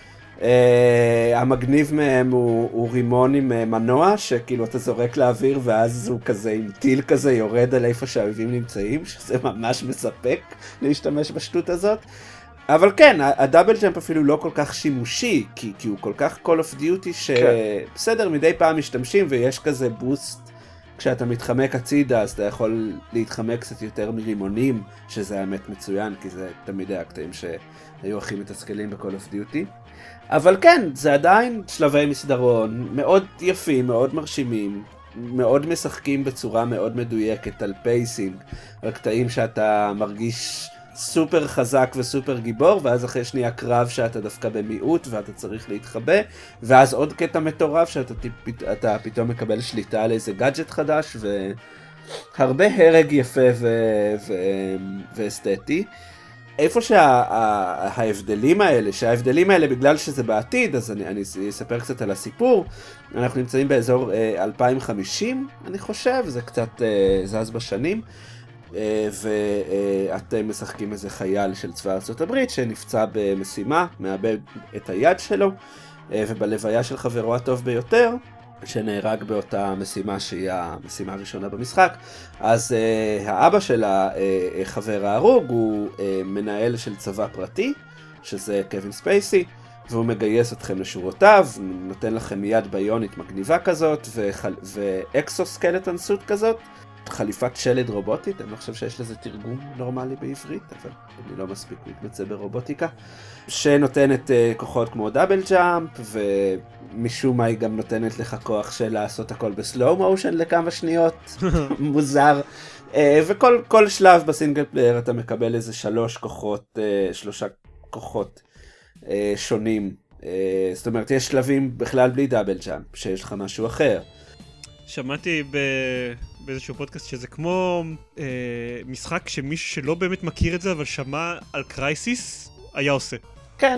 המגניב מהם הוא רימון עם מנוע, שכאילו אתה זורק לאוויר ואז הוא כזה עם טיל כזה יורד על איפה שהאויבים נמצאים, שזה ממש מספק להשתמש בשטות הזאת. אבל כן, הדאבל ג'אמפ אפילו לא כל כך שימושי, כי הוא כל כך Call of Duty שבסדר, מדי פעם משתמשים ויש כזה בוסט, כשאתה מתחמק הצידה אז אתה יכול להתחמק קצת יותר מרימונים, שזה האמת מצוין, כי זה תמיד היה קטעים שהיו הכי מתסכלים ב-Call of Duty. אבל כן, זה עדיין שלבי מסדרון, מאוד יפים, מאוד מרשימים, מאוד משחקים בצורה מאוד מדויקת על פייסינג, על קטעים שאתה מרגיש סופר חזק וסופר גיבור, ואז אחרי שנייה קרב שאתה דווקא במיעוט ואתה צריך להתחבא, ואז עוד קטע מטורף שאתה פתאום מקבל שליטה על איזה גאדג'ט חדש, והרבה הרג יפה ואסתטי. איפה שההבדלים האלה, בגלל שזה בעתיד, אז אני אספר קצת על הסיפור. אנחנו נמצאים באזור 2050, אני חושב, זה קצת זז בשנים. ואתם משחקים איזה חייל של צבא ארצות הברית שנפצע במשימה, מאבד את היד שלו, ובלוויה של חברו הטוב ביותר, שנהרג באותה משימה שהיא המשימה הראשונה במשחק, אז האבא של החבר ההרוג הוא מנהל של צבא פרטי, שזה קווין ספייסי, והוא מגייס אתכם לשורותיו, נותן לכם יד ביונית מגניבה כזאת, ואקסוסקלטון סוט כזאת, חליפת שלד רובוטית, אני לא חושב שיש לזה תרגום נורמלי בעברית, אבל אני לא מספיק מתמצא ברובוטיקה, שנותנת כוחות כמו דאבל ג'אמפ, ומשום מה היא גם נותנת לך כוח של לעשות הכל בסלואו מושן לכמה שניות, מוזר, וכל שלב בסינגל פלייר אתה מקבל איזה שלושה כוחות שונים, זאת אומרת יש שלבים בכלל בלי דאבל ג'אמפ, שיש לך משהו אחר. שמעתי באיזשהו פודקאסט שזה כמו משחק שמישהו שלא באמת מכיר את זה, אבל שמע על קרייסיס, היה עושה. כן,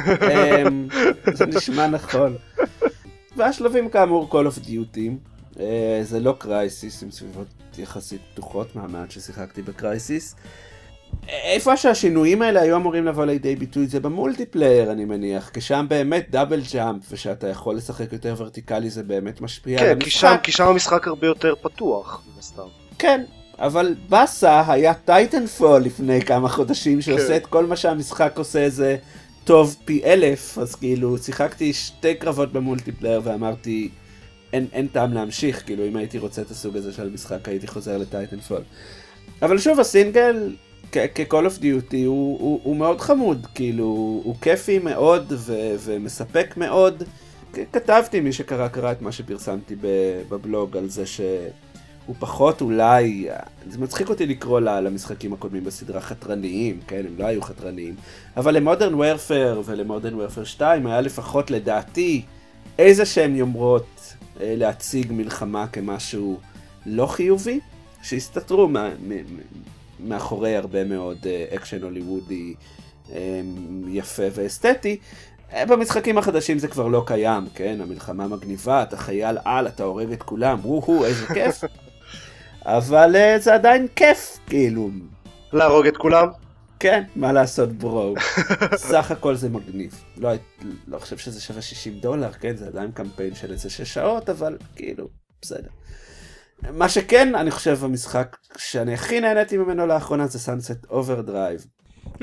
זה נשמע נכון. והשלבים כאמור Call of Duty, זה לא קרייסיס, עם סביבות יחסית פתוחות מהמעט ששיחקתי בקרייסיס. איפה שהשינויים האלה היו אמורים לבוא לידי ביטוי זה במולטיפלייר אני מניח, כי שם באמת דאבל ג'אמפ ושאתה יכול לשחק יותר ורטיקלי זה באמת משפיע על המשחק. כן, כי שם המשחק הרבה יותר פתוח. כן, אבל בסה היה טייטנפול לפני כמה חודשים שעושה את כל מה שהמשחק עושה זה טוב פי 1000, אז כאילו שיחקתי 2 קרבות במולטיפלייר ואמרתי אין טעם להמשיך, כאילו אם הייתי רוצה את הסוג הזה של המשחק הייתי חוזר לטייטנפול. אבל שוב הסינגל כ-Call of Duty הוא מאוד חמוד, כאילו הוא כיפי מאוד ומספק מאוד. כתבתי מי שקרא את מה שפרסמתי בבלוג על זה שהוא פחות אולי, זה מצחיק אותי לקרוא למשחקים הקודמים בסדרה חתרניים, כן הם לא היו חתרניים, אבל למודרן וורפר ולמודרן וורפר 2 היה לפחות לדעתי איזה שהם יומרות להציג מלחמה כמשהו לא חיובי, שהסתתרו מאחורי הרבה מאוד אקשן הוליוודי יפה ואסתטי. במשחקים החדשים זה כבר לא קיים, כן? המלחמה מגניבה, אתה חייל על, אתה הורג את כולם, איזה כיף. אבל זה עדיין כיף, כאילו. להרוג את כולם? כן, מה לעשות ברו. סך הכל זה מגניב. לא חושב שזה שווה $60, כן? זה עדיין קמפיין של איזה 6 שעות, אבל כאילו, בסדר. מה שכן, אני חושב המשחק שאני הכי נהניתי ממנו לאחרונה זה Sunset Overdrive.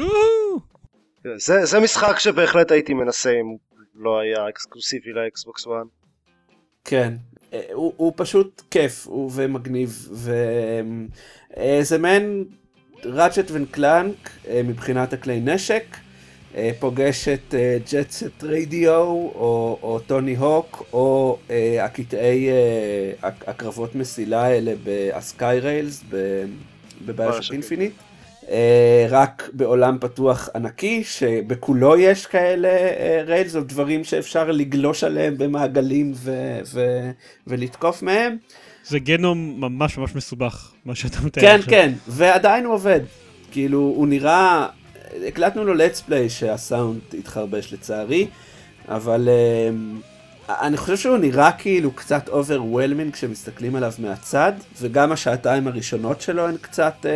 זה משחק שבהחלט הייתי מנסה אם לא היה אקסקלוסיבי לאקסבוקס 1. כן, הוא פשוט כיף ומגניב, וזה מעין ראצ'ט וקלנק מבחינת הכלי נשק, פוגש את ג'ט סט רדיו או טוני הוק או הקטעי הקרבות מסילה האלה בסקאי ריילס בביושוק אינפיניט. רק בעולם פתוח ענקי, שבכולו יש כאלה ריילס או דברים שאפשר לגלוש עליהם במעגלים ולתקוף מהם. זה גנום ממש ממש מסובך, מה שאתה מתאר. כן, כן, ועדיין הוא עובד. כאילו, הוא נראה, הקלטנו לו let's play שהסאונד התחרבש לצערי, אבל אני חושב שהוא נראה כאילו קצת overwhelming כשמסתכלים עליו מהצד, וגם השעתיים הראשונות שלו הן קצת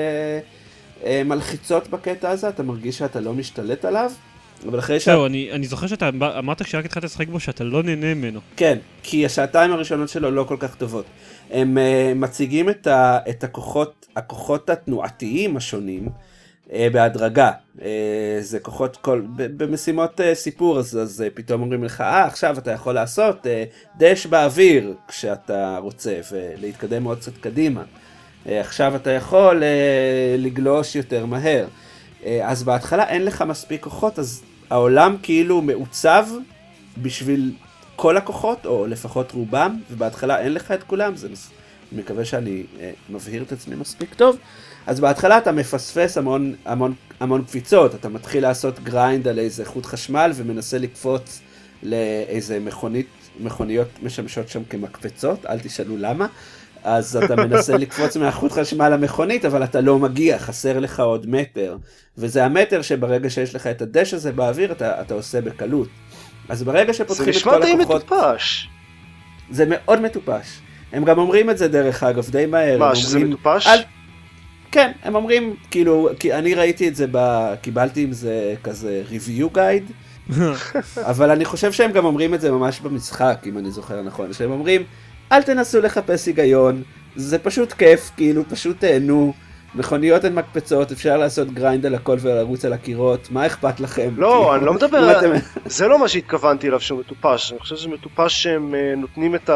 מלחיצות בקטע הזה, אתה מרגיש שאתה לא משתלט עליו, אבל אחרי זהו, אני זוכר שאתה אמרת כשרק התחלת לשחק בו שאתה לא נהנה ממנו. כן, כי השעתיים הראשונות שלו לא כל כך טובות. הם מציגים את הכוחות התנועתיים השונים בהדרגה. זה כוחות, במשימות סיפור, אז פתאום אומרים לך, עכשיו אתה יכול לעשות דש באוויר כשאתה רוצה, ולהתקדם עוד קצת קדימה. עכשיו אתה יכול לגלוש יותר מהר. אז בהתחלה אין לך מספיק כוחות, אז העולם כאילו מעוצב בשביל כל הכוחות, או לפחות רובם, ובהתחלה אין לך את כולם, אני מקווה שאני מבהיר את עצמי מספיק טוב. אז בהתחלה אתה מפספס המון קפיצות, אתה מתחיל לעשות גריינד על איזה חוט חשמל, ומנסה לקפוץ לאיזה מכוניות משמשות שם כמקפצות, אל תשאלו למה. אז אתה מנסה לקפוץ מהחוט חשמל למכונית, אבל אתה לא מגיע, חסר לך עוד מטר. וזה המטר שברגע שיש לך את הדש הזה באוויר, אתה עושה בקלות. אז ברגע שפותחים את כל הכוחות... זה נשמע די מטופש. זה מאוד מטופש. הם גם אומרים את זה דרך אגב, די מהר. מה, שזה מטופש? כן, הם אומרים, כאילו, כי אני ראיתי את זה, קיבלתי עם זה כזה review guide, אבל אני חושב שהם גם אומרים את זה ממש במשחק, אם אני זוכר נכון, שהם אומרים, אל תנסו לחפש היגיון, זה פשוט כיף, כאילו, פשוט תהנו, מכוניות הן מקפצות, אפשר לעשות גריינד על הכל ולרוץ על הקירות, מה אכפת לכם? לא, כאילו, אני לא מדבר, זה לא מה שהתכוונתי אליו שהוא מטופש, אני חושב שזה מטופש שהם נותנים את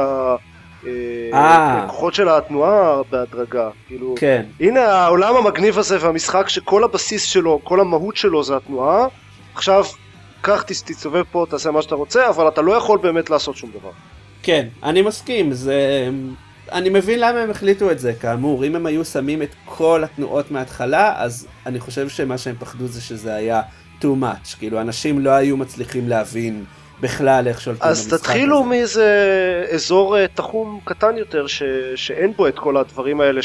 הכוחות של התנועה בהדרגה, כאילו, כן. הנה העולם המגניב הזה והמשחק שכל הבסיס שלו, כל המהות שלו זה התנועה, עכשיו, קח תסתובב פה, תעשה מה שאתה רוצה, אבל אתה לא יכול באמת לעשות שום דבר. כן, אני מסכים, אני מבין למה הם החליטו את זה, כאמור, אם הם היו שמים את כל התנועות מההתחלה, אז אני חושב שמה שהם פחדו זה שזה היה too much, כאילו אנשים לא היו מצליחים להבין בכלל איך שולטים במשחק הזה. אז תתחילו מאיזה אזור תחום קטן יותר, שאין בו את כל הדברים האלה,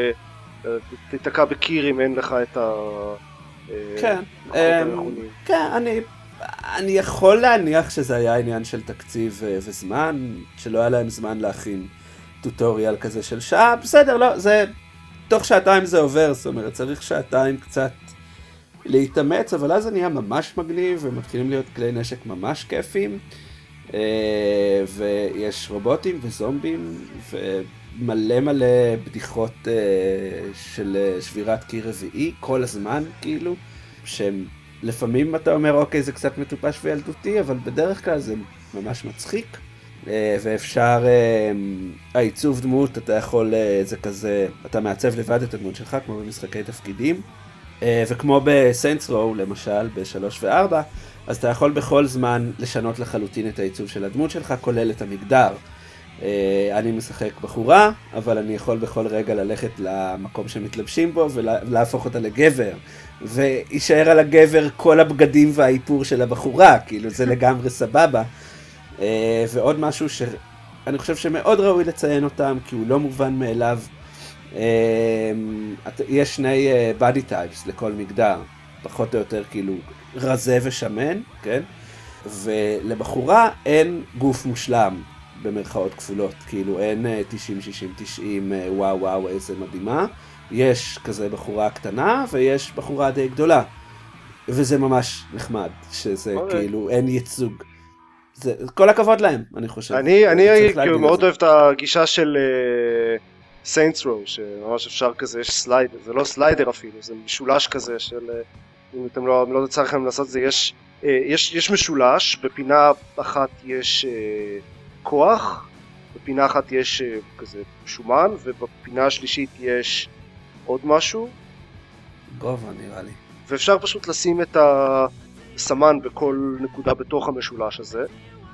שתתקע בקיר אם אין לך את ה... כן, כן, אני יכול להניח שזה היה עניין של תקציב וזמן, שלא היה להם זמן להכין טוטוריאל כזה של שעה, בסדר, לא, זה, תוך שעתיים זה עובר, זאת אומרת, צריך שעתיים קצת להתאמץ, אבל אז זה נהיה ממש מגניב, ומתחילים להיות כלי נשק ממש כיפים, ויש רובוטים וזומבים, ומלא מלא בדיחות של שבירת קיר רביעי, כל הזמן, כאילו, שהם לפעמים אתה אומר, אוקיי, זה קצת מטופש וילדותי, אבל בדרך כלל זה ממש מצחיק, ואפשר, העיצוב דמות, אתה יכול, זה כזה, אתה מעצב לבד את הדמות שלך, כמו במשחקי תפקידים, וכמו בסיינטס רו, למשל, ב3 ו4, אז אתה יכול בכל זמן לשנות לחלוטין את העיצוב של הדמות שלך, כולל את המגדר. אני משחק בחורה, אבל אני יכול בכל רגע ללכת למקום שמתלבשים בו, ולהפוך אותה לגבר. וישאר על הגבר כל הבגדים והאיפור של הבחורה, כאילו זה לגמרי סבבה. ועוד משהו שאני חושב שמאוד ראוי לציין אותם, כי הוא לא מובן מאליו, יש שני body types לכל מגדר, פחות או יותר כאילו רזה ושמן, כן? ולבחורה אין גוף מושלם, במרכאות כפולות, כאילו אין 90-60-90 וואו איזה מדהימה, יש כזה בחורה קטנה ויש בחורה די גדולה, וזה ממש נחמד, שזה כאילו אין ייצוג. כל הכבוד להם, אני חושב. אני מאוד אוהב את הגישה של סיינטס רו, שממש אפשר כזה, יש סליידר, זה לא סליידר אפילו, זה משולש כזה של, אם אתם לא צריך לכם לעשות את זה, יש משולש, בפינה אחת יש כוח, בפינה אחת יש כזה שומן, ובפינה השלישית יש עוד משהו. גובה נראה לי. ואפשר פשוט לשים את הסמן בכל נקודה בתוך המשולש הזה,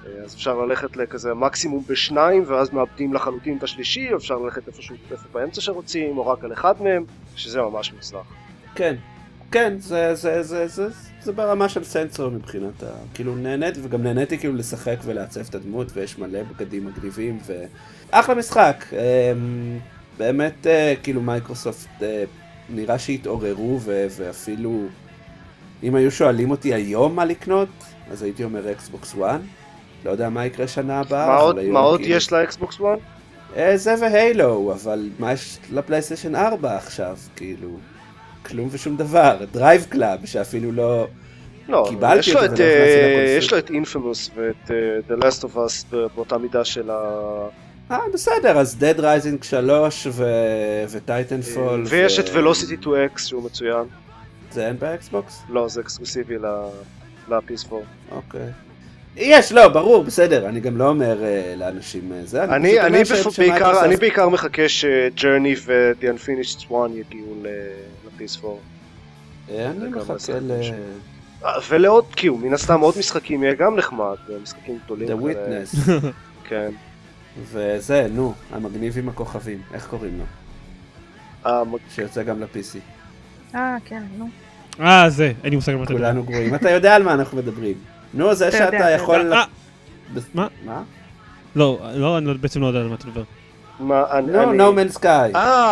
אז אפשר ללכת לכזה מקסימום ב2 ואז מאבדים לחלוטין את השלישי, או אפשר ללכת איפה באמצע שרוצים, או רק על אחד מהם, שזה ממש מוצלח. כן, כן, זה ברמה של סנסור מבחינת כאילו נהניתי, וגם נהניתי כאילו לשחק ולעצב את הדמות, ויש מלא בגדים מגניבים, ואחלה משחק. באמת, כאילו מייקרוסופט נראה שהתעוררו, ואפילו אם היו שואלים אותי היום מה לקנות, אז הייתי אומר אקסבוקס 1. לא יודע מה יקרה שנה הבאה. מה עוד יש לאקסבוקס 1? זה והיילו, אבל מה יש לפלייסטיישן 4 עכשיו, כאילו? כלום ושום דבר. דרייב קלאב, שאפילו לא קיבלתי אותו ולא הכנסתי לקונסול. יש לו את אינפימוס ואת The Last of Us באותה מידה של בסדר, אז Dead Rising 3 וטייטנפול. ויש את Velocity 2X שהוא מצוין. זה אין באקסבוקס? לא, זה אקסקלוסיבי ל-PS4. אוקיי. יש, לא, ברור, בסדר, אני גם לא אומר לאנשים זה. אני בעיקר מחכה שג'רני ו-The Unfinished Swan יגיעו ל-PS4. אני מחכה ולעוד, כאילו, מן הסתם עוד משחקים יהיה גם נחמד, משחקים גדולים. The Witness. כן. וזה, נו, המגניב עם הכוכבים, איך קוראים לו? שיוצא גם ל-PC. כן, נו. זה, אין לי מושג על מה אתה מדבר. כולנו גרועים, אתה יודע על מה אנחנו מדברים. נו, זה שאתה יכול... מה? מה? לא, אני בעצם לא יודע על מה אתה מדבר. No Man's Sky.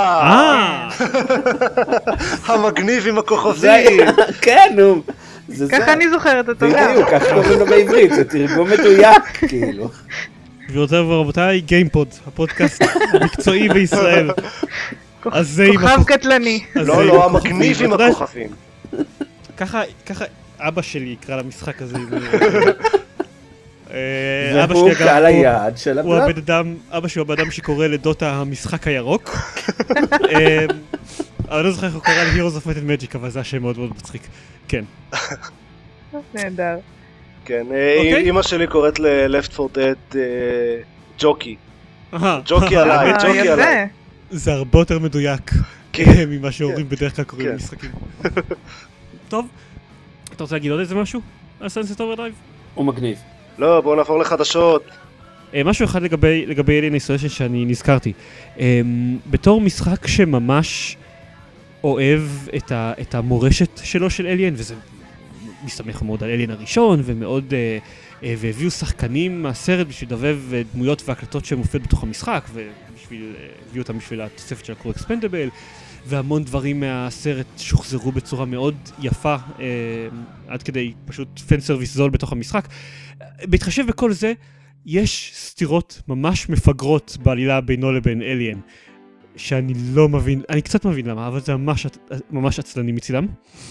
המגניב עם הכוכבים. כן, נו. ככה אני זוכרת אותו. בדיוק, ככה קוראים לו בעברית, זה תרגום מדויק, כאילו. גבירותיי ורבותיי, גיימפוד, הפודקאסט המקצועי בישראל. כוכב קטלני. לא, המגניב עם הכוכבים. ככה אבא שלי יקרא למשחק הזה. והוא קהל היעד של הבלוג. אבא שלי הוא הבן אדם שקורא לדוטה המשחק הירוק. אבל לא זוכר איך הוא קורא ל-Heroes of Might and Magic, אבל זה השם מאוד מאוד מצחיק. כן. נהדר. כן, אמא שלי קוראת ל-Left 4 Dead ג'וקי. ג'וקי עליי, ג'וקי עליי. זה הרבה יותר מדויק ממה שהורים בדרך כלל קוראים למשחקים. טוב, אתה רוצה להגיד עוד איזה משהו על Sunset Overdrive? הוא מגניב. לא, בואו נעבור לחדשות. משהו אחד לגבי Alien Isolation שאני נזכרתי. בתור משחק שממש אוהב את המורשת שלו של Alien, וזה מסתמך מאוד על Alien הראשון, ומאוד, והביאו שחקנים מהסרט בשביל לדבב דמויות והקלטות שמופיעות בתוך המשחק, והביאו אותם בשביל התוספת של הקרו אקספנדבל, והמון דברים מהסרט שוחזרו בצורה מאוד יפה, עד כדי פשוט פן סרוויס זול בתוך המשחק. בהתחשב בכל זה, יש סתירות ממש מפגרות בעלילה בינו לבין אליאן, שאני לא מבין, אני קצת מבין למה, אבל זה ממש עצלני מצילם.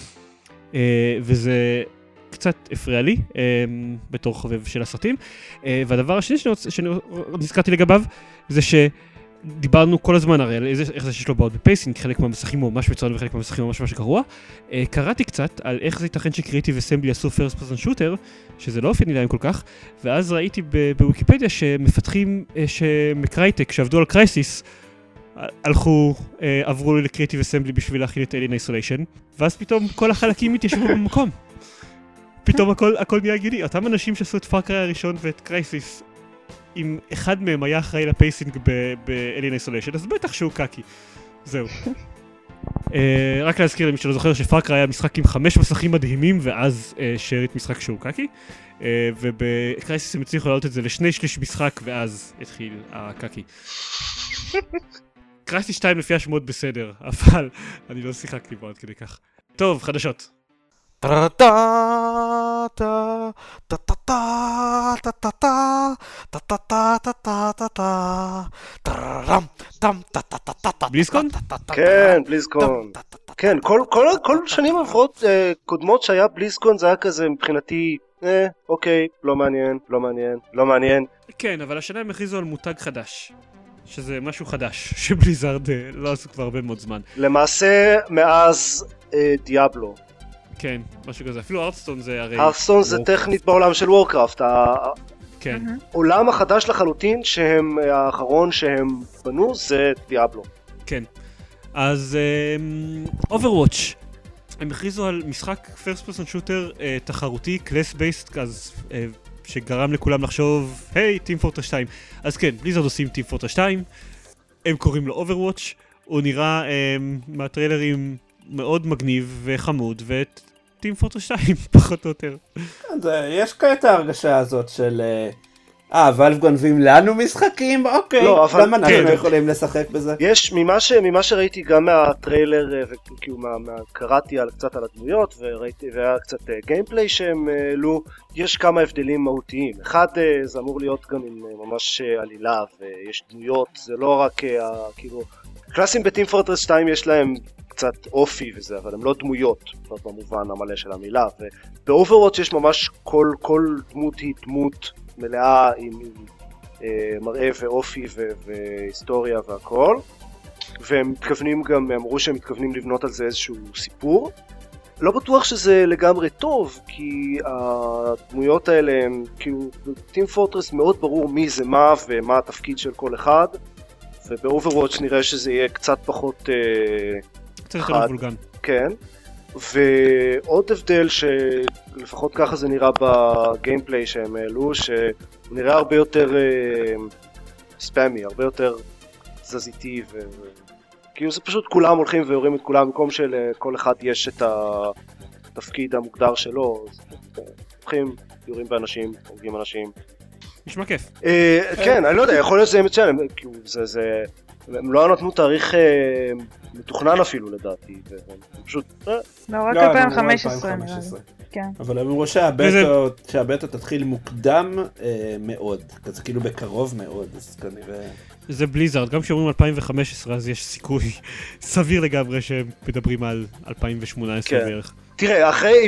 וזה קצת הפריע לי בתור חובב של הסרטים. והדבר השני שנזכרתי לגביו, זה דיברנו כל הזמן הרי על איך זה שיש לו בעוד בפייסינג, חלק מהמסכים ממש מצוין וחלק מהמסכים ממש גרוע. קראתי קצת על איך זה ייתכן שקריאיטיב אסמבלי עשו פרסט פרסן שוטר, שזה לא אופייני להם כל כך, ואז ראיתי בוויקיפדיה שמפתחים מקרייטק שעבדו על קרייסיס, עברו לקריאיטיב אסמבלי בשביל להכין את Alien Isolation, ואז פתאום כל החלקים התיישבו במקום. פתאום הכל נהיה הגיוני. אותם אנשים שעשו את פאר קריי הראשון ואת קרייסיס, אם אחד מהם היה אחראי לפייסינג ב-Alien Isolation, אז בטח שהוא קאקי. זהו. רק להזכיר למי שלא זוכר שפאר קריי היה משחק עם 5 מסכים מדהימים, ואז שארית משחק שהוא קאקי. ובקרייסיס הם הצליחו להעלות את זה ל2/3 משחק, ואז התחיל הקאקי. קרייסיס 2 לפי השמות בסדר, אבל אני לא שיחקתי בו עד כדי כך. טוב, חדשות. בליזקון? כן, בליזקון. כן, כל שנים עברות קודמות שהיה בליזקון זה היה כזה מבחינתי, אוקיי, לא מעניין. כן, אבל השנה הם הכריזו על מותג חדש. שזה משהו חדש, שבליזארד לא עשו כבר הרבה מאוד זמן. למעשה, מאז דיאבלו. כן, משהו כזה. אפילו ארת'סטון זה הרי... ארת'סטון זה טכנית בעולם של וורקראפט. כן. העולם החדש לחלוטין שהם, האחרון שהם בנו זה דיאבלו. כן. אז Overwatch. הם הכריזו על משחק First Person Shooter תחרותי, Class Based, אז שגרם לכולם לחשוב, היי, טים פורטרס 2. אז כן, בליזרד עושים טים פורטרס 2, הם קוראים לו Overwatch, הוא נראה מהטריילרים מאוד מגניב וחמוד, ואת טים פורטרס 2 פחות או יותר. יש כעת ההרגשה הזאת של... ואלף גונבים לנו משחקים? אוקיי, לא, אבל... גם אנחנו יכולים לשחק בזה. יש, ממה שראיתי גם מהטריילר, וכאילו קראתי קצת על הדמויות, והיה קצת גיימפליי שהם העלו, יש כמה הבדלים מהותיים. אחד, זה אמור להיות גם עם ממש עלילה, ויש דמויות, זה לא רק כאילו... קלאסים בטים פורטרס 2 יש להם קצת אופי וזה, אבל הם לא דמויות, במובן המלא של המילה, ובאוברוואץ' יש ממש כל דמות היא דמות מלאה עם מראה ואופי והיסטוריה והכל, והם מתכוונים גם, אמרו שהם מתכוונים לבנות על זה איזשהו סיפור. לא בטוח שזה לגמרי טוב, כי הדמויות האלה הם כאילו, טים פורטרס מאוד ברור מי זה מה ומה התפקיד של כל אחד, ובאוברוואץ' נראה שזה יהיה קצת פחות קצת יותר מבולגן. כן. ועוד הבדל שלפחות ככה זה נראה בגיימפליי שהם העלו, שהוא נראה הרבה יותר ספאמי, הרבה יותר תזזיתי, כאילו זה פשוט כולם הולכים ויורים את כולם, במקום שלכל אחד יש את התפקיד המוגדר שלו, אז הולכים, יורים באנשים, הורגים אנשים. נשמע כיף. כן, אני לא יודע, יכול להיות שזה מצוין, הם לא נתנו תאריך מתוכנן אפילו לדעתי, פשוט... לא, רק 2015 נראה לי. כן. אבל הם אמרו שהבטא תתחיל מוקדם מאוד, זה כאילו בקרוב מאוד, אז כנראה... זה בליזרד, גם כשאומרים 2015 אז יש סיכוי סביר לגמרי שהם מדברים על 2018 בערך. תראה, אחרי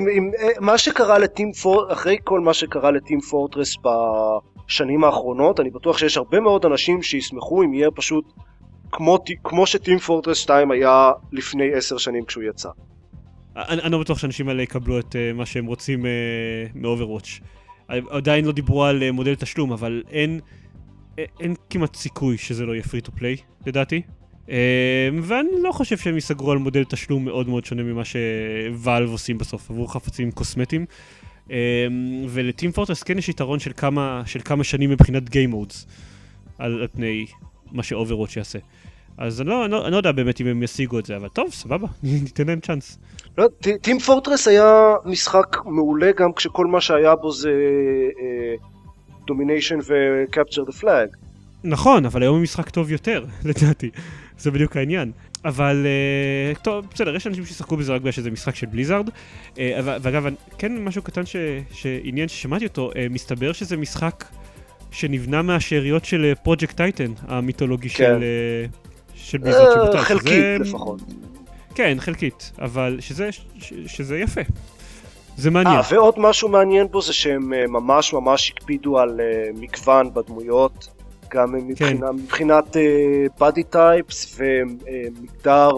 כל מה שקרה לטים פורטרס בשנים האחרונות, אני בטוח שיש הרבה מאוד אנשים שישמחו אם יהיה פשוט כמו שטים פורטרס 2 היה לפני 10 שנים כשהוא יצא. אני לא בטוח שאנשים האלה יקבלו את מה שהם רוצים מ-Overwatch. עדיין לא דיברו על מודל תשלום, אבל אין כמעט סיכוי שזה לא יהיה free to play, לדעתי. ואני לא חושב שהם יסגרו על מודל תשלום מאוד מאוד שונה ממה שוואלב עושים בסוף, עבור חפצים קוסמטיים. ולטים פורטרס כן יש יתרון של כמה שנים מבחינת Game Modes על פני מה ש-Overwatch יעשה. אז אני לא יודע באמת אם הם ישיגו את זה, אבל טוב, סבבה, ניתן להם צ'אנס. לא, טים פורטרס היה משחק מעולה גם כשכל מה שהיה בו זה Domination ו-Capture the Flag. נכון, אבל היום הוא משחק טוב יותר, לדעתי. זה בדיוק העניין. אבל, טוב, בסדר, יש אנשים ששחקו בזה רק בגלל שזה משחק של בליזארד. ואגב, כן, משהו קטן שעניין ששמעתי אותו, מסתבר שזה משחק שנבנה מהשאריות של פרויקט טייטן, המיתולוגי של בליזארד שבוטל. חלקית לפחות. כן, חלקית, אבל שזה יפה. זה מעניין. ועוד משהו מעניין בו זה שהם ממש הקפידו על מגוון בדמויות, גם מבחינת body types ומגדר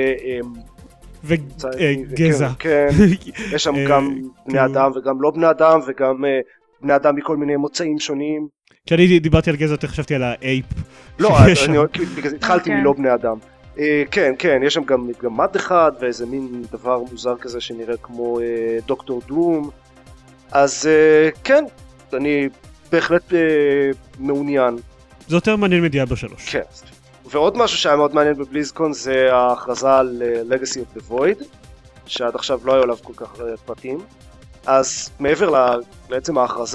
וגזע. כן, יש שם גם בני אדם וגם לא בני אדם, וגם בני אדם מכל מיני מוצאים שונים. כשאני דיברתי על גזע, חשבתי על האייפ. לא, התחלתי מלא בני אדם. כן, יש שם גם מד אחד ואיזה מין דבר מוזר כזה שנראה כמו דוקטור דום. אז כן, אני בהחלט מעוניין. זה יותר מעניין מדיאבלו 3. כן. ועוד משהו שהיה מאוד מעניין בבליזקון זה ההכרזה על Legacy of the Void, שעד עכשיו לא היו עליו כל כך פרטים. אז מעבר לעצם ההכרזה,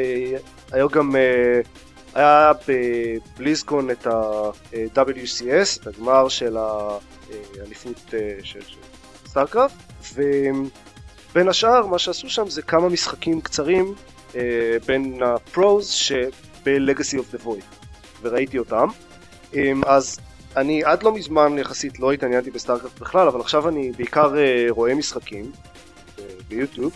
היה בבליזקון את ה-WCS, את הגמר של האליפות של סטארקראפט, ובין השאר מה שעשו שם זה כמה משחקים קצרים בין הפרוז ב-Legacy of the Void, וראיתי אותם. אז אני עד לא מזמן יחסית לא התעניינתי בסטארקראפט בכלל, אבל עכשיו אני בעיקר רואה משחקים ביוטיוב,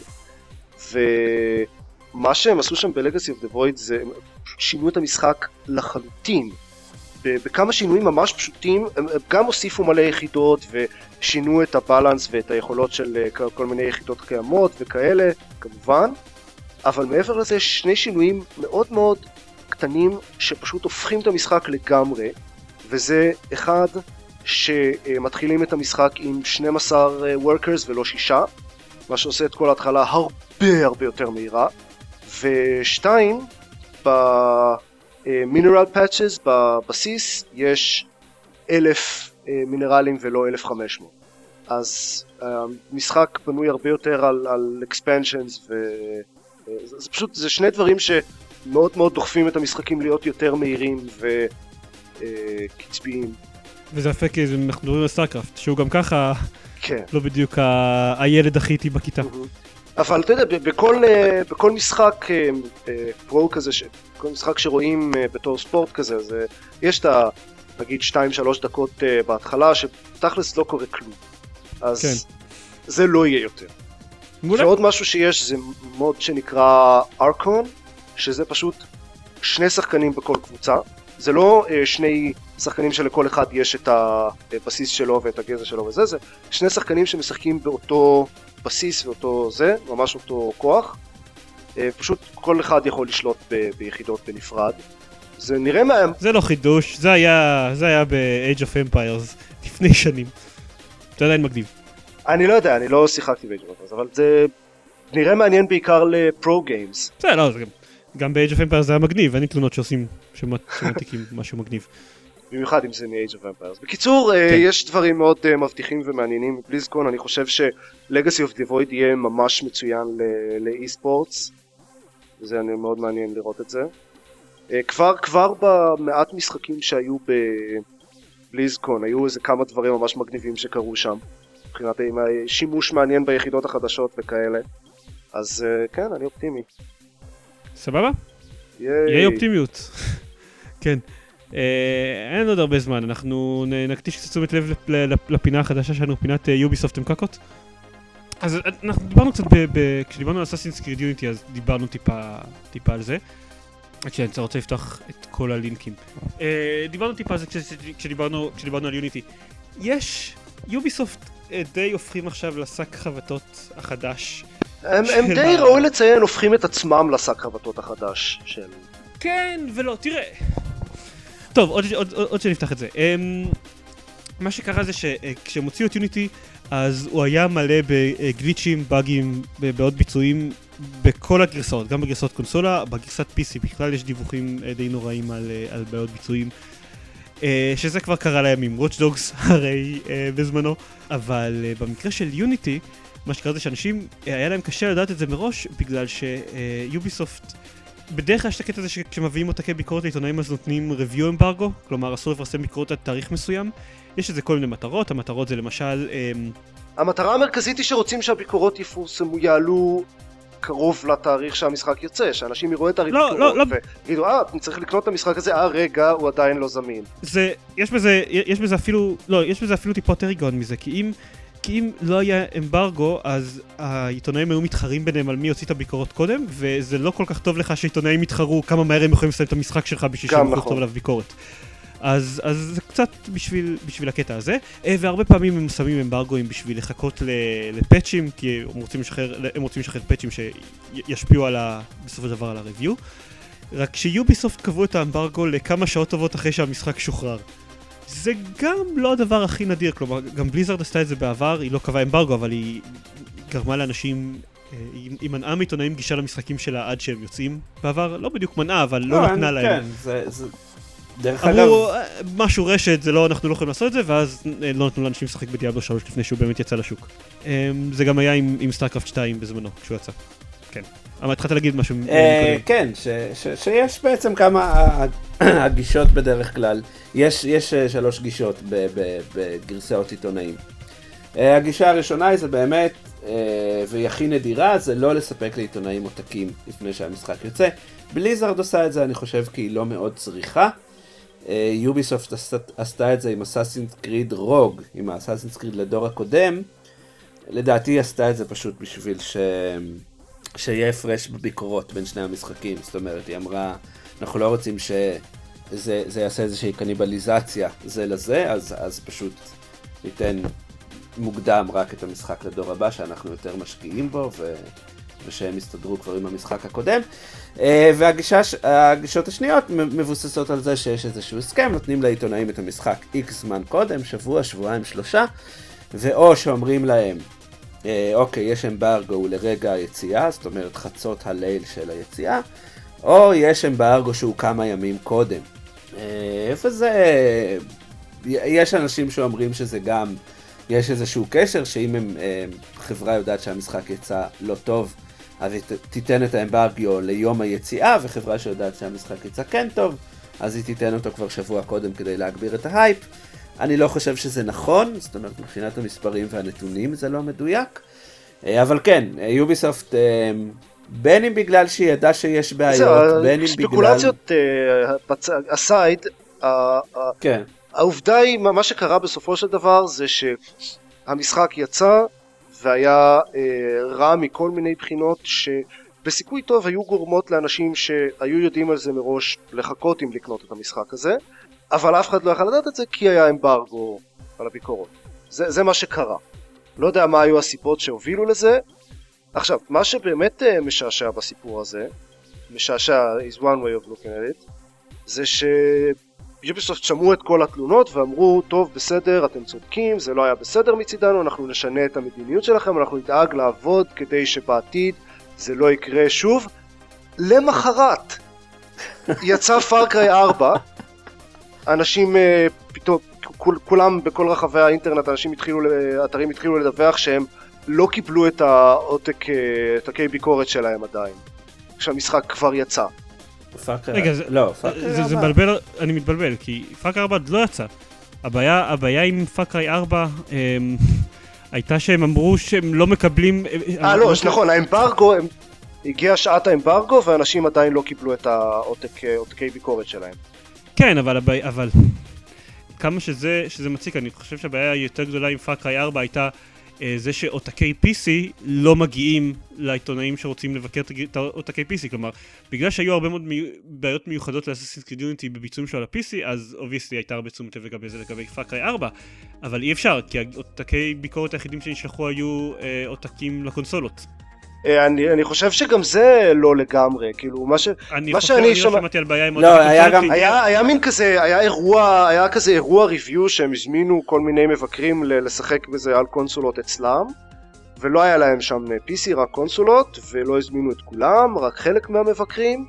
ומה שהם עשו שם ב-Legacy of the Void זה שינו את המשחק לחלוטין, בכמה שינויים ממש פשוטים. הם גם הוסיפו מלא יחידות ושינו את הבלנס ואת היכולות של כל מיני יחידות קיימות וכאלה כמובן, אבל מעבר לזה שני שינויים מאוד מאוד קטנים שפשוט הופכים את המשחק לגמרי, וזה אחד שמתחילים את המשחק עם 12 workers ולא 6, מה שעושה את כל ההתחלה הרבה יותר מהירה, ושתיים, במינרל פאצ'ס בבסיס יש 1,000 מינרלים ולא 1,500. אז המשחק בנוי הרבה יותר על expansions, וזה פשוט, זה שני דברים שמאוד מאוד דוחפים את המשחקים להיות יותר מהירים וקצביים. וזה יפה כי אנחנו מדברים על סטארקראפט, שהוא גם ככה כן. לא בדיוק הילד הכי איטי בכיתה. אבל אתה יודע, בכל משחק פרו כזה, כל משחק שרואים בתור ספורט כזה, אז יש את נגיד 2-3 דקות בהתחלה שתכלס לא קורה כלום. אז כן. זה לא יהיה יותר. ועוד משהו שיש זה מוד שנקרא ארקון, שזה פשוט 2 שחקנים בכל קבוצה. זה לא 2 שחקנים שלכל אחד יש את הבסיס שלו ואת הגזע שלו וזה, זה 2 שחקנים שמשחקים באותו בסיס ואותו זה, ממש אותו כוח. פשוט כל אחד יכול לשלוט ביחידות בנפרד. זה נראה מה... זה לא חידוש, זה היה ב-Age of Empires לפני שנים. זה עדיין מגניב. אני לא יודע, אני לא שיחקתי ב-Age of Empires, אבל זה נראה מעניין בעיקר לפרו גיימס. זה לא, גם ב-Age of Empires זה היה מגניב, אין לי תלונות שעושים שמעתיקים משהו מגניב. במיוחד אם זה מ-Age of Empires. בקיצור, יש דברים מאוד מבטיחים ומעניינים בבליזקון, אני חושב ש-Legacy of the Void יהיה ממש מצוין ל-e-sports, וזה מאוד מעניין לראות את זה. כבר במעט משחקים שהיו בבליזקון, היו איזה כמה דברים ממש מגניבים שקרו שם, מבחינת שימוש מעניין ביחידות החדשות וכאלה, אז כן, אני אופטימי. סבבה? יהיה אופטימיות. כן. אין עוד הרבה זמן, אנחנו נקדיש קצת תשומת לב לפינה החדשה שלנו, פינת יוביסופט אמקקות. אז אנחנו דיברנו קצת, כשדיברנו על Assassin's Creed Unity, אז דיברנו טיפה על זה. אני רוצה לפתוח את כל הלינקים. דיברנו טיפה על זה כשדיברנו על יוניטי. יש, יוביסופט די הופכים עכשיו לשק חבטות החדש. הם די ראוי לציין, הופכים את עצמם לשק חבטות החדש של... כן ולא, תראה. טוב, עוד שנפתח את זה. מה שקרה זה שכשהם הוציאו את יוניטי, אז הוא היה מלא בגליצ'ים, באגים, בעוד ביצועים בכל הגרסאות, גם בגרסאות קונסולה, בגרסת PC בכלל יש דיווחים די נוראים על בעיות ביצועים, שזה כבר קרה לימים, Watch Dogs הרי בזמנו, אבל במקרה של יוניטי, מה שקרה זה שאנשים, היה להם קשה לדעת את זה מראש, בגלל שיוביסופט, בדרך כלל יש את הקטע הזה שכשמביאים אותה כביקורת לעיתונאים אז נותנים review אמברגו, כלומר אסור לפרסם ביקורת עד תאריך מסוים, יש לזה כל מיני מטרות, המטרות זה למשל... המטרה המרכזית היא שרוצים שהביקורות יפורסמו, יעלו קרוב לתאריך שהמשחק יוצא, שאנשים יראו את הביקורות ויגידו, אני צריך לקנות את המשחק הזה, רגע, הוא עדיין לא זמין. יש בזה אפילו טיפה יותר היגיון מזה, כי אם לא היה אמברגו, אז העיתונאים היו מתחרים ביניהם על מי יוציא את הביקורות קודם, וזה לא כל כך טוב לך שעיתונאים יתחרו כמה מהר הם יכולים לסיים את המשחק שלך בשביל שהם יכולים לכתוב עליו ביקורת. אז זה קצת בשביל הקטע הזה, והרבה פעמים הם שמים אמברגוים בשביל לחכות לפאצ'ים, כי הם רוצים לשחרר פאצ'ים שישפיעו בסופו של דבר על הריוויו. רק שיוביסופט קבעו את האמברגו לכמה שעות טובות אחרי שהמשחק שוחרר. זה גם לא הדבר הכי נדיר, כלומר, גם בליזארד עשתה את זה בעבר, היא לא קבעה אמברגו, אבל היא גרמה לאנשים, היא מנעה מעיתונאים גישה למשחקים שלה עד שהם יוצאים בעבר, לא בדיוק מנעה, אבל לא נתנה להם. כן, דרך אגב... אמרו, משהו רשת, אנחנו לא יכולים לעשות את זה, ואז לא נתנו לאנשים לשחק בדיאבלו 3 לפני שהוא באמת יצא לשוק. זה גם היה עם סטארקראפט 2 בזמנו, כשהוא יצא. כן. אבל התחלת להגיד משהו... כן, שיש בעצם כמה הגישות בדרך כלל. יש 3 גישות בגרסאות עיתונאים. הגישה הראשונה היא זה באמת, והיא הכי נדירה, זה לא לספק לעיתונאים עותקים לפני שהמשחק יוצא. בליזארד עושה את זה, אני חושב, כי היא לא מאוד צריכה. יוביסופט עשתה את זה עם Assassin's Creed Rogue, עם Assassin's Creed לדור הקודם. לדעתי היא עשתה את זה פשוט בשביל שיהיה הפרש בביקורות בין שני המשחקים. זאת אומרת, היא אמרה, אנחנו לא רוצים שזה יעשה איזושהי קניבליזציה זה לזה, אז פשוט ניתן מוקדם רק את המשחק לדור הבא, שאנחנו יותר משקיעים בו, ושהם יסתדרו כבר עם המשחק הקודם. והגישות השניות מבוססות על זה שיש איזשהו הסכם, נותנים לעיתונאים את המשחק X זמן קודם, שבוע, שבועיים, 3, ואו שאומרים להם, אוקיי, יש אמברגו לרגע היציאה, זאת אומרת חצות הליל של היציאה, או יש אמברגו שהוא כמה ימים קודם. וזה, יש אנשים שאומרים שזה גם, יש איזשהו קשר שאם חברה יודעת שהמשחק יצא לא טוב, אז היא תיתן את האמברגו ליום היציאה, וחברה שיודעת שהמשחק יצא כן טוב, אז היא תיתן אותו כבר שבוע קודם כדי להגביר את ההייפ. אני לא חושב שזה נכון, זאת אומרת מבחינת המספרים והנתונים זה לא מדויק, אבל כן, יוביסופט, בין אם בגלל שהיא ידעה שיש בעיות, בין אם בגלל... ספקולציות aside, כן. העובדה היא, מה שקרה בסופו של דבר זה שהמשחק יצא והיה רע מכל מיני בחינות שבסיכוי טוב היו גורמות לאנשים שהיו יודעים על זה מראש לחכות עם לקנות את המשחק הזה, אבל אף אחד לא יכול לדעת את זה כי היה אמברגו על הביקורות. זה מה שקרה. לא יודע מה היו הסיבות שהובילו לזה. עכשיו, מה שבאמת משעשע בסיפור הזה, משעשע is one way of looking at it, זה שיוביסופט שמעו את כל התלונות ואמרו, טוב, בסדר, אתם צודקים, זה לא היה בסדר מצידנו, אנחנו נשנה את המדיניות שלכם, אנחנו נדאג לעבוד כדי שבעתיד זה לא יקרה שוב. למחרת יצא פארקריי 4, אנשים פתאום, כולם בכל רחבי האינטרנט, אתרים התחילו לדווח שהם לא קיבלו את העותקי ביקורת שלהם עדיין, כשהמשחק כבר יצא. רגע, זה מבלבל, אני מתבלבל, כי פארקריי 4 לא יצא. הבעיה עם פארקריי 4 הייתה שהם אמרו שהם לא מקבלים... לא, נכון, האמברגו, הגיעה שעת האמברגו ואנשים עדיין לא קיבלו את העותקי ביקורת שלהם. כן, אבל כמה שזה מציק, אני חושב שהבעיה היותר גדולה עם פארקריי 4 הייתה זה שעותקי PC לא מגיעים לעיתונאים שרוצים לבקר את העותקי PC, כלומר, בגלל שהיו הרבה מאוד בעיות מיוחדות לאסאסינס קריד יוניטי בביצועים שלו על ה-PC, אז אובייסלי הייתה הרבה תשומת לב לגבי פארקריי 4, אבל אי אפשר, כי העותקי ביקורת היחידים שנשלחו היו עותקים לקונסולות. אני חושב שגם זה לא לגמרי, כאילו מה שאני לא שמעתי על בעיה עם לא, היה מין כזה, היה כזה אירוע ריוויו שהם הזמינו כל מיני מבקרים לשחק בזה על קונסולות אצלם, ולא היה להם שם PC, רק קונסולות, ולא הזמינו את כולם, רק חלק מהמבקרים,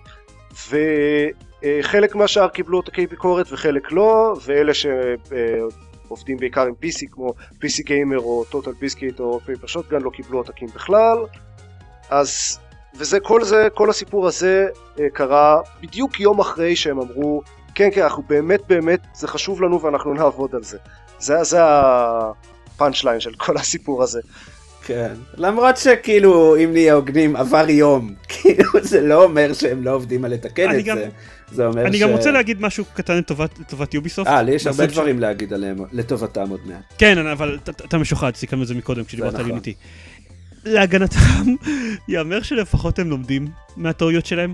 וחלק מהשאר קיבלו עותקי ביקורת וחלק לא, ואלה שעובדים בעיקר עם PC כמו PC Gamer או Total Biscuit או Paper Shotgun לא קיבלו עותקים בכלל. אז, כל הסיפור הזה קרה בדיוק יום אחרי שהם אמרו, כן, אנחנו באמת, זה חשוב לנו ואנחנו נעבוד על זה. זה הפאנץ' ליין של כל הסיפור הזה. כן, למרות שכאילו, אם נהיה הוגנים, עבר יום. כאילו, זה לא אומר שהם לא עובדים על לתקן את זה. זה אומר אני גם רוצה להגיד משהו קטן לטובת יוביסופט. לי יש הרבה דברים להגיד עליהם, לטובתם עוד מעט. כן, אבל אתה משוחד, סיכמנו את זה מקודם כשדיברת על יוניטי. להגנתם, יאמר שלפחות הם לומדים מהטעויות שלהם.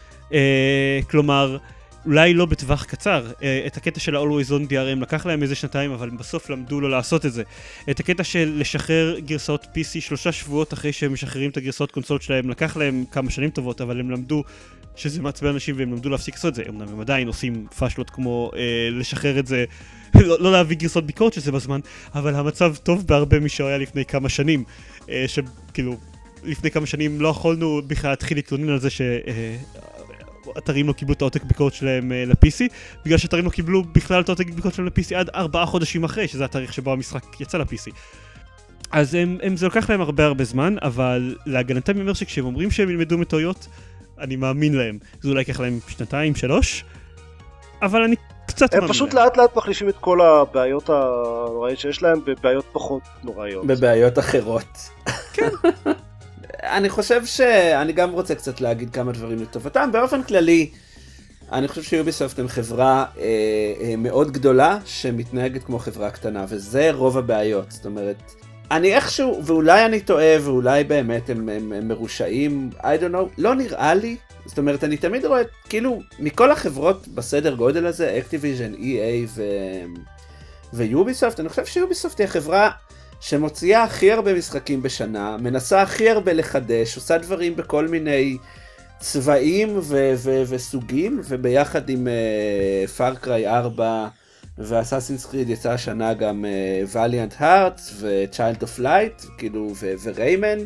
כלומר, אולי לא בטווח קצר. את הקטע של ה-Always On DRM לקח להם איזה שנתיים, אבל הם בסוף למדו לא לעשות את זה. את הקטע של לשחרר גרסאות PC 3 שבועות אחרי שהם משחררים את הגרסאות קונסולות שלהם, לקח להם כמה שנים טובות, אבל הם למדו שזה מעצבן אנשים והם למדו להפסיק לעשות את זה. אמנם הם עדיין עושים פשלות כמו לשחרר את זה, לא להביא גרסאות ביקורת שזה בזמן, אבל המצב טוב בהרבה משהו היה לפני כמה שנים. שכאילו, לפני כמה שנים לא יכולנו בכלל להתחיל להתלונן על זה שאתרים לא קיבלו את העותק ביקורת שלהם ל-PC, בגלל שאתרים לא קיבלו בכלל את העותק ביקורת שלהם ל-PC עד 4 חודשים אחרי, שזה התאריך שבו המשחק יצא ל-PC. אז זה לוקח להם הרבה זמן, אבל להגנתם אומר שכשהם אומרים שהם ילמדו מטעויות, אני מאמין להם. זה אולי יקח להם 2-3, אבל אני קצת מאמין להם. הם פשוט לאט מחליפים את כל הבעיות הנוראיות שיש להם בבעיות פחות נוראיות. בבעיות אחרות. כן. אני חושב שאני גם רוצה קצת להגיד כמה דברים לטובתם. באופן כללי, אני חושב שיוביסופט הם חברה מאוד גדולה שמתנהגת כמו חברה קטנה, וזה רוב הבעיות. זאת אומרת, אני איכשהו, ואולי אני טועה, ואולי באמת הם מרושעים, I don't know, לא נראה לי. זאת אומרת, אני תמיד רואה, כאילו, מכל החברות בסדר גודל הזה, Activision, EA ויוביסופט, אני חושב שיוביסופט היא החברה שמוציאה הכי הרבה משחקים בשנה, מנסה הכי הרבה לחדש, עושה דברים בכל מיני צבעים וסוגים, וביחד עם פארקריי 4 ואסאסינס קריד יצא השנה גם Valiant Hearts ו-Child of Light, כאילו, וריימן,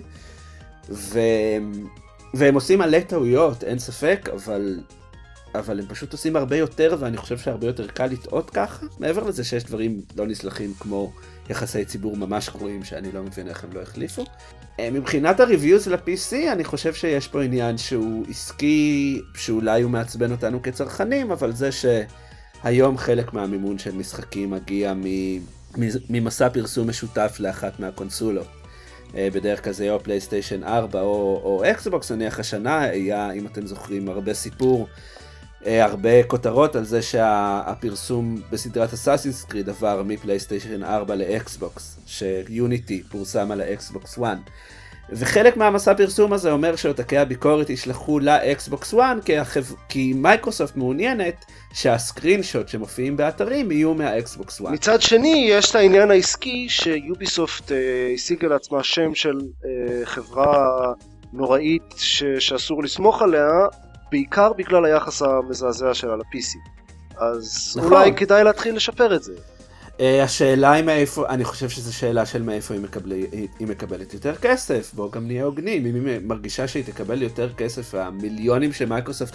והם עושים מלא טעויות, אין ספק, אבל הם פשוט עושים הרבה יותר, ואני חושב שהרבה יותר קל לטעות ככה, מעבר לזה שיש דברים לא נסלחים כמו יחסי ציבור ממש גרועים, שאני לא מבין איך הם לא החליפו. מבחינת הריוויוז ל-PC, אני חושב שיש פה עניין שהוא עסקי, שאולי הוא מעצבן אותנו כצרכנים, אבל זה שהיום חלק מהמימון של משחקים מגיע ממסע פרסום משותף לאחת מהקונסולות. בדרך כזה או פלייסטיישן 4 או אקסבוקס, נניח השנה היה, אם אתם זוכרים, הרבה סיפור, הרבה כותרות על זה שהפרסום בסדרת אסאסינס קריד עבר מפלייסטיישן 4 לאקסבוקס, שיוניטי פורסם על האקסבוקס 1. וחלק מהמסע פרסום הזה אומר שעותקי הביקורת ישלחו לאקסבוקס 1, כי מייקרוסופט מעוניינת שהסקרין שוט שמופיעים באתרים יהיו מהאקסבוקס 1. מצד שני, יש את העניין העסקי שיוביסופט השיגה לעצמה שם של חברה נוראית שאסור לסמוך עליה, בעיקר בגלל היחס המזעזע שלה ל-PC. אז נכון. אולי כדאי להתחיל לשפר את זה. השאלה היא מאיפה, אני חושב שזו שאלה של מאיפה היא מקבלת יותר כסף, בואו גם נהיה הוגנים, אם היא מרגישה שהיא תקבל יותר כסף, המיליונים שמייקרוסופט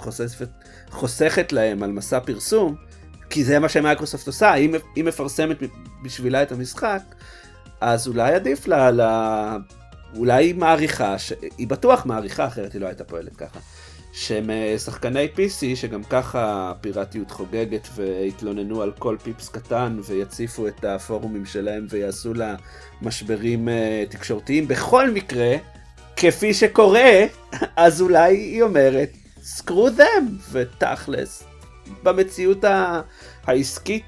חוסכת להם על מסע פרסום, כי זה מה שמייקרוסופט עושה, היא מפרסמת בשבילה את המשחק, אז אולי עדיף לה אולי היא מעריכה, היא בטוח מעריכה, אחרת היא לא הייתה פועלת ככה. שהם שחקני PC שגם ככה פיראטיות חוגגת והתלוננו על כל פיפס קטן ויציפו את הפורומים שלהם ויעשו לה משברים תקשורתיים בכל מקרה, כפי שקורה, אז אולי היא אומרת screw them ותכלס. במציאות העסקית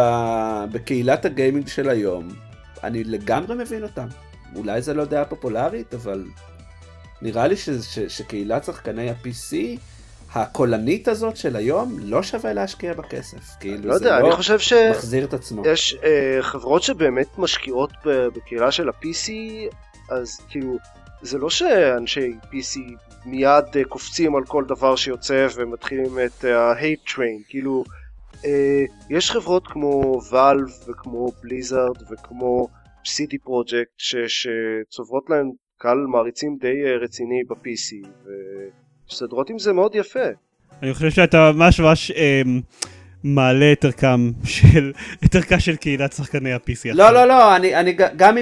ובקהילת הגיימינג של היום, אני לגמרי מבין אותם. אולי זה לא דעה פופולרית, אבל נראה לי שקהילת שחקני ה-PC, הקולנית הזאת של היום, לא שווה להשקיע בכסף. כאילו זה לא מחזיר את עצמו. יש חברות שבאמת משקיעות בקהילה של ה-PC, אז כאילו, זה לא שאנשי PC מיד קופצים על כל דבר שיוצא ומתחילים את ה-hate train. כאילו, יש חברות כמו Valve וכמו Blizzard וכמו CD Projekt שצוברות להם קהל מעריצים די רציני ב-PC, וסדרות עם זה מאוד יפה. אני חושב שאתה ממש מעלה את ערכה של קהילת שחקני ה-PC. לא, גם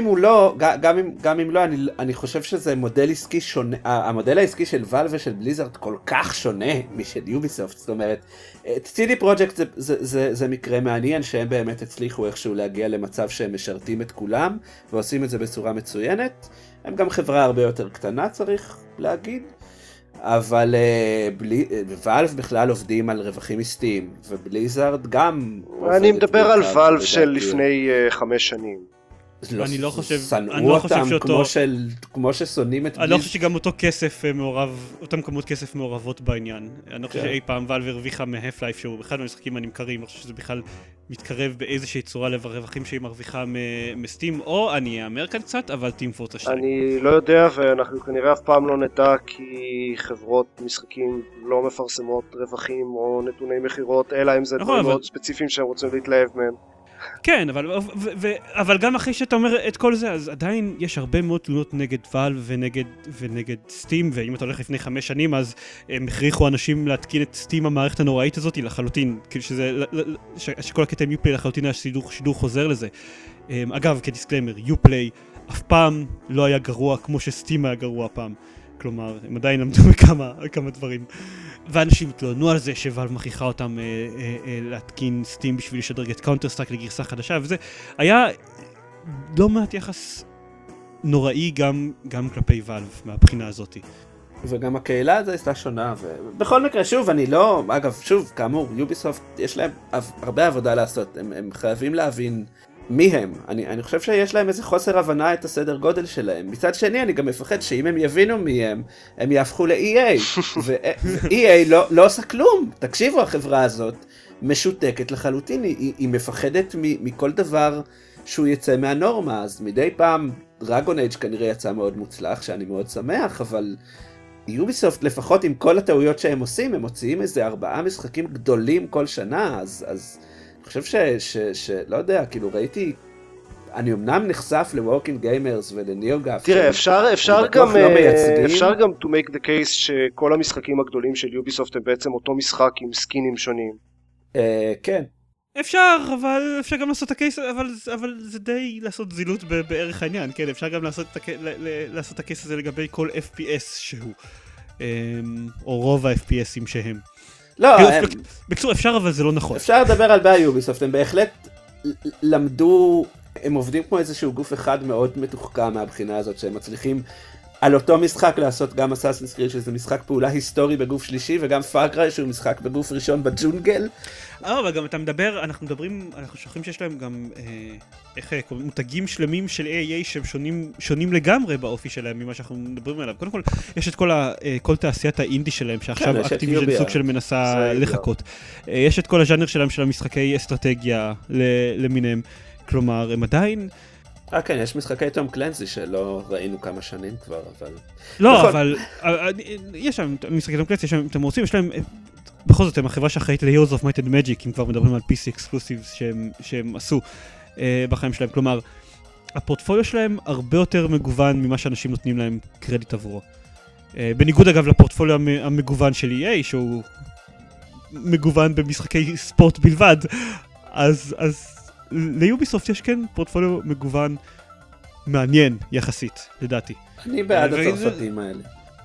אם לא, אני חושב שזה מודל עסקי שונה, המודל העסקי של Valve ושל Blizzard כל כך שונה משל Ubisoft, זאת אומרת, CD Projekt זה מקרה מעניין שהם באמת הצליחו איכשהו להגיע למצב שהם משרתים את כולם, ועושים את זה בצורה מצוינת. הם גם חברה הרבה יותר קטנה, צריך להגיד, אבל ואלף בכלל עובדים על רווחים עסקיים, ובליזארד גם... אני מדבר על ואלף של לפני 5 שנים. אני לא חושב... שנאו אותם כמו ששונאים את... אני לא חושב שגם אותו כסף מעורב, אותם כמות כסף מעורבות בעניין. אני לא חושב שאי פעם ואלף הרוויחה מהפלייף, שהוא אחד מהמשחקים הנמכרים, אני חושב שזה בכלל מתקרב באיזושהי צורה לרווחים שהיא מרוויחה מסטים, או אני אאמר כאן קצת, אבל טים פורטס 2. אני לא יודע, ואנחנו כנראה אף פעם לא נדע, כי חברות משחקים לא מפרסמות רווחים או נתוני מחירות, אלא אם זה דברים מאוד ספציפיים שהם רוצים להתלהב מהם. כן, אבל גם אחרי שאתה אומר את כל זה, אז עדיין יש הרבה מאוד תלונות נגד ואלב ונגד סטים, ואם אתה הולך לפני 5 שנים, אז הם הכריחו אנשים להתקין את סטים המערכת הנוראית הזאת לחלוטין, כאילו שכל הקטע עם יופליי לחלוטין היה שידור חוזר לזה. אגב, כדיסקליימר, יופליי אף פעם לא היה גרוע כמו שסטים היה גרוע פעם. כלומר, הם עדיין למדו מכמה דברים. ואנשים התלוננו על זה שוואלב מכריחה אותם להתקין סטים בשביל לשדרג את קאונטר סטרייק לגרסה חדשה, וזה היה לא מעט יחס נוראי גם כלפי ואלב מהבחינה הזאת. וגם הקהילה הזו הייתה שונה, ובכל מקרה, שוב, שוב, כאמור, יוביסופט, יש להם הרבה עבודה לעשות, הם חייבים להבין מי הם. אני חושב שיש להם איזה חוסר הבנה את הסדר גודל שלהם. מצד שני, אני גם מפחד שאם הם יבינו מי הם יהפכו ל-EA. ו-EA לא עושה כלום. תקשיבו, החברה הזאת משותקת לחלוטין. היא מפחדת מכל דבר שהוא יצא מהנורמה. אז מדי פעם, דרגון אייג' כנראה יצא מאוד מוצלח, שאני מאוד שמח, אבל יוביסופט, לפחות עם כל הטעויות שהם עושים, הם מוציאים איזה 4 משחקים גדולים כל שנה, אז אני חושב שלא יודע, כאילו ראיתי, אני אמנם נחשף ל-Walking Gamers ול-NeoGAF. תראה, אפשר גם to make the case שכל המשחקים הגדולים של יוביסופט הם בעצם אותו משחק עם סקינים שונים. כן. אפשר, אבל אפשר גם לעשות את הקייס, אבל זה די לעשות זילות בערך העניין, כן, אפשר גם לעשות את הקייס הזה לגבי כל FPS שהוא, או רוב ה-FPSים שהם. לא, בקצור, אפשר, אבל זה לא נכון. אפשר לדבר על בעיה יוביסופט, הם בהחלט למדו, הם עובדים כמו איזשהו גוף אחד מאוד מתוחכם מהבחינה הזאת, שהם מצליחים על אותו משחק לעשות גם Assassin's Creed, שזה משחק פעולה היסטורי בגוף שלישי, וגם Far Cry שהוא משחק בגוף ראשון בג'ונגל. אבל גם אתה מדבר, אנחנו שוכחים שיש להם גם מותגים שלמים של AAA שהם שונים לגמרי באופי שלהם ממה שאנחנו מדברים עליו. קודם כל, יש את כל תעשיית האינדי שלהם, שעכשיו אקטיביז'ן סוג של מנסה לחכות. יש את כל הז'אנר שלהם של המשחקי אסטרטגיה למיניהם. כלומר, הם עדיין... כן, יש משחקי תום קלנסי שלא ראינו כמה שנים כבר, אבל... לא, אבל יש שם משחקי תום קלנסי, אתם רוצים, יש להם... בכל זאת, הם החברה שאחראית ל-Heroes of Might and Magic, אם כבר מדברים על PC Exclusives שהם עשו בחיים שלהם. כלומר, הפורטפוליו שלהם הרבה יותר מגוון ממה שאנשים נותנים להם קרדיט עבורו. בניגוד אגב לפורטפוליו המגוון של EA, שהוא מגוון במשחקי ספורט בלבד, אז ליוביסופט יש כן פורטפוליו מגוון מעניין יחסית, לדעתי. אני בעד הצרפתים האלה.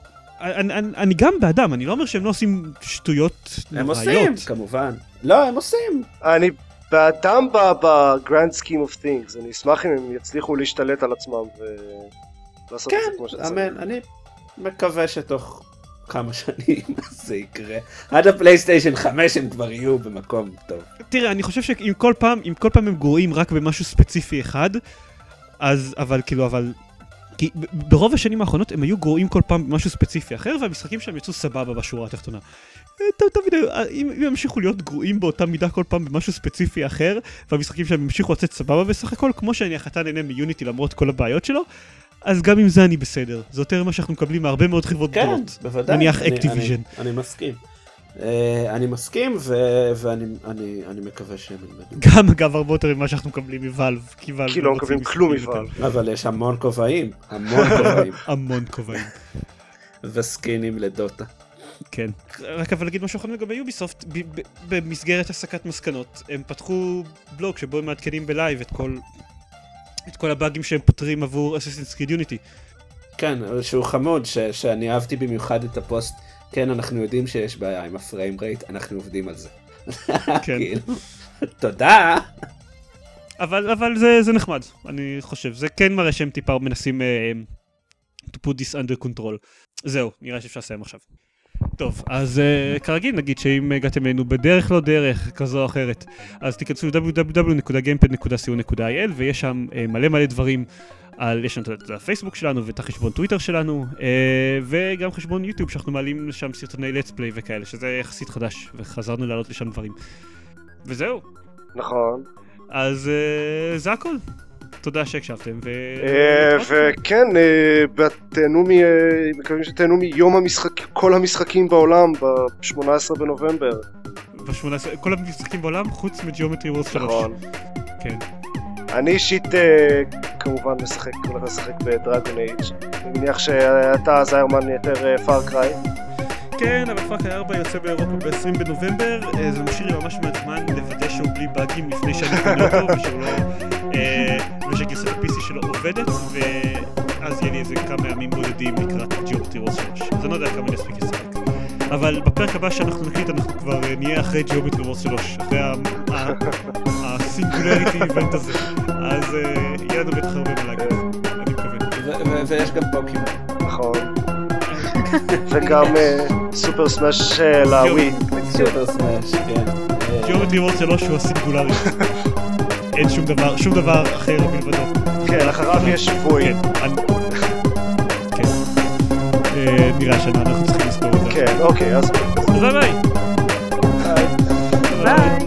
אני גם בעדם, אני לא אומר שהם לא עושים שטויות נוראיות. הם עושים, כמובן. לא, הם עושים. אני בעדם ב-grand scheme of things. אני אשמח אם הם יצליחו להשתלט על עצמם ולעשות את זה כמו שצריך. כן, אמן. אני מקווה שתוך כמה שנים זה יקרה. עד הפלייסטיישן 5 הם כבר יהיו במקום טוב. תראה, אני חושב שאם כל פעם הם גרועים רק במשהו ספציפי אחד, אבל כי ברוב השנים האחרונות הם היו גרועים כל פעם במשהו ספציפי אחר, והמשחקים שלהם יצאו סבבה בשורה התחתונה. תמיד, אם ימשיכו להיות גרועים באותה מידה כל פעם במשהו ספציפי אחר, והמשחקים שלהם ימשיכו לצאת סבבה בסך הכל, כמו שאני החלטה נהנה מיוניטי למרות כל הבעיות שלו, אז גם עם זה אני בסדר. זה יותר מה שאנחנו מקבלים מהרבה מאוד חברות גדולות. כן, בוודאי. נניח אקטיביז'ן. אני מסכים. אני מסכים, ואני מקווה שהם ילמדו. גם אגב הרבה יותר ממה שאנחנו מקבלים מוואלב. כי לא מקבלים כלום מוואלב. אבל יש המון כובעים. המון כובעים. וסקינים לדוטה. כן. רק אבל להגיד משהו אחר לגבי יוביסופט, במסגרת הסקת מסקנות, הם פתחו בלוג שבו הם מעדכנים בלייב את כל הבאגים שהם פותרים עבור Assassin's Creed Unity. כן, שהוא חמוד, שאני אהבתי במיוחד את הפוסט, כן, אנחנו יודעים שיש בעיה עם הפריים רייט, אנחנו עובדים על זה. כן. תודה. אבל זה נחמד, אני חושב. זה כן מראה שהם טיפה מנסים to put this under control. זהו, נראה שאפשר לסיים עכשיו. טוב, אז כרגיל נגיד שאם הגעתם אלינו בדרך לא דרך כזו או אחרת, אז תיכנסו www.gamepad.co.il ויש שם מלא דברים, יש לנו את הפייסבוק שלנו ואת החשבון טוויטר שלנו, וגם חשבון יוטיוב שאנחנו מעלים לשם סרטוני let's play וכאלה, שזה יחסית חדש, וחזרנו לעלות לשם דברים. וזהו. נכון. אז זה הכל. תודה שהקשבתם. וכן, מקווים שתהנו מיום המשחק, כל המשחקים בעולם ב-18 בנובמבר. כל המשחקים בעולם חוץ מג'יאומטרי וורס 3. נכון. כן. אני אישית כמובן הולך לשחק בדרגון אייג'. אני מניח שאתה זיירמן יותר פאר קריי. כן, אבל פאר קריי 4 יוצא באירופה ב-20 בנובמבר. זה משאיר לי ממש מעט זמן לוודא שהוא בלי באגים לפני שאני קונה אותו ושהוא לא... ושגרסת ה-PC שלו עובדת, ואז יהיה לי איזה כמה ימים בודדים לקראת ג'יאומטרי וורס 3. אז אני לא יודע כמה אני אספיק לשחק. אבל בפרק הבא שאנחנו נקליט אנחנו כבר נהיה אחרי ג'יאומטרי וורס 3, אחרי הסינגולריטי איבנט הזה. אז יהיה לנו בטח הרבה מה להגיד, אני מקווה. ויש גם פוקימון. נכון. וגם סופר סמאש לווי. סופר סמאש, כן. ג'יאומטרי וורס 3 הוא הסינגולריטי. אין שום דבר אחר בלבדו. כן, אחריו יש וויד. כן. נראה שאנחנו צריכים לזכור את זה. כן, אוקיי, אז... ביי. ביי.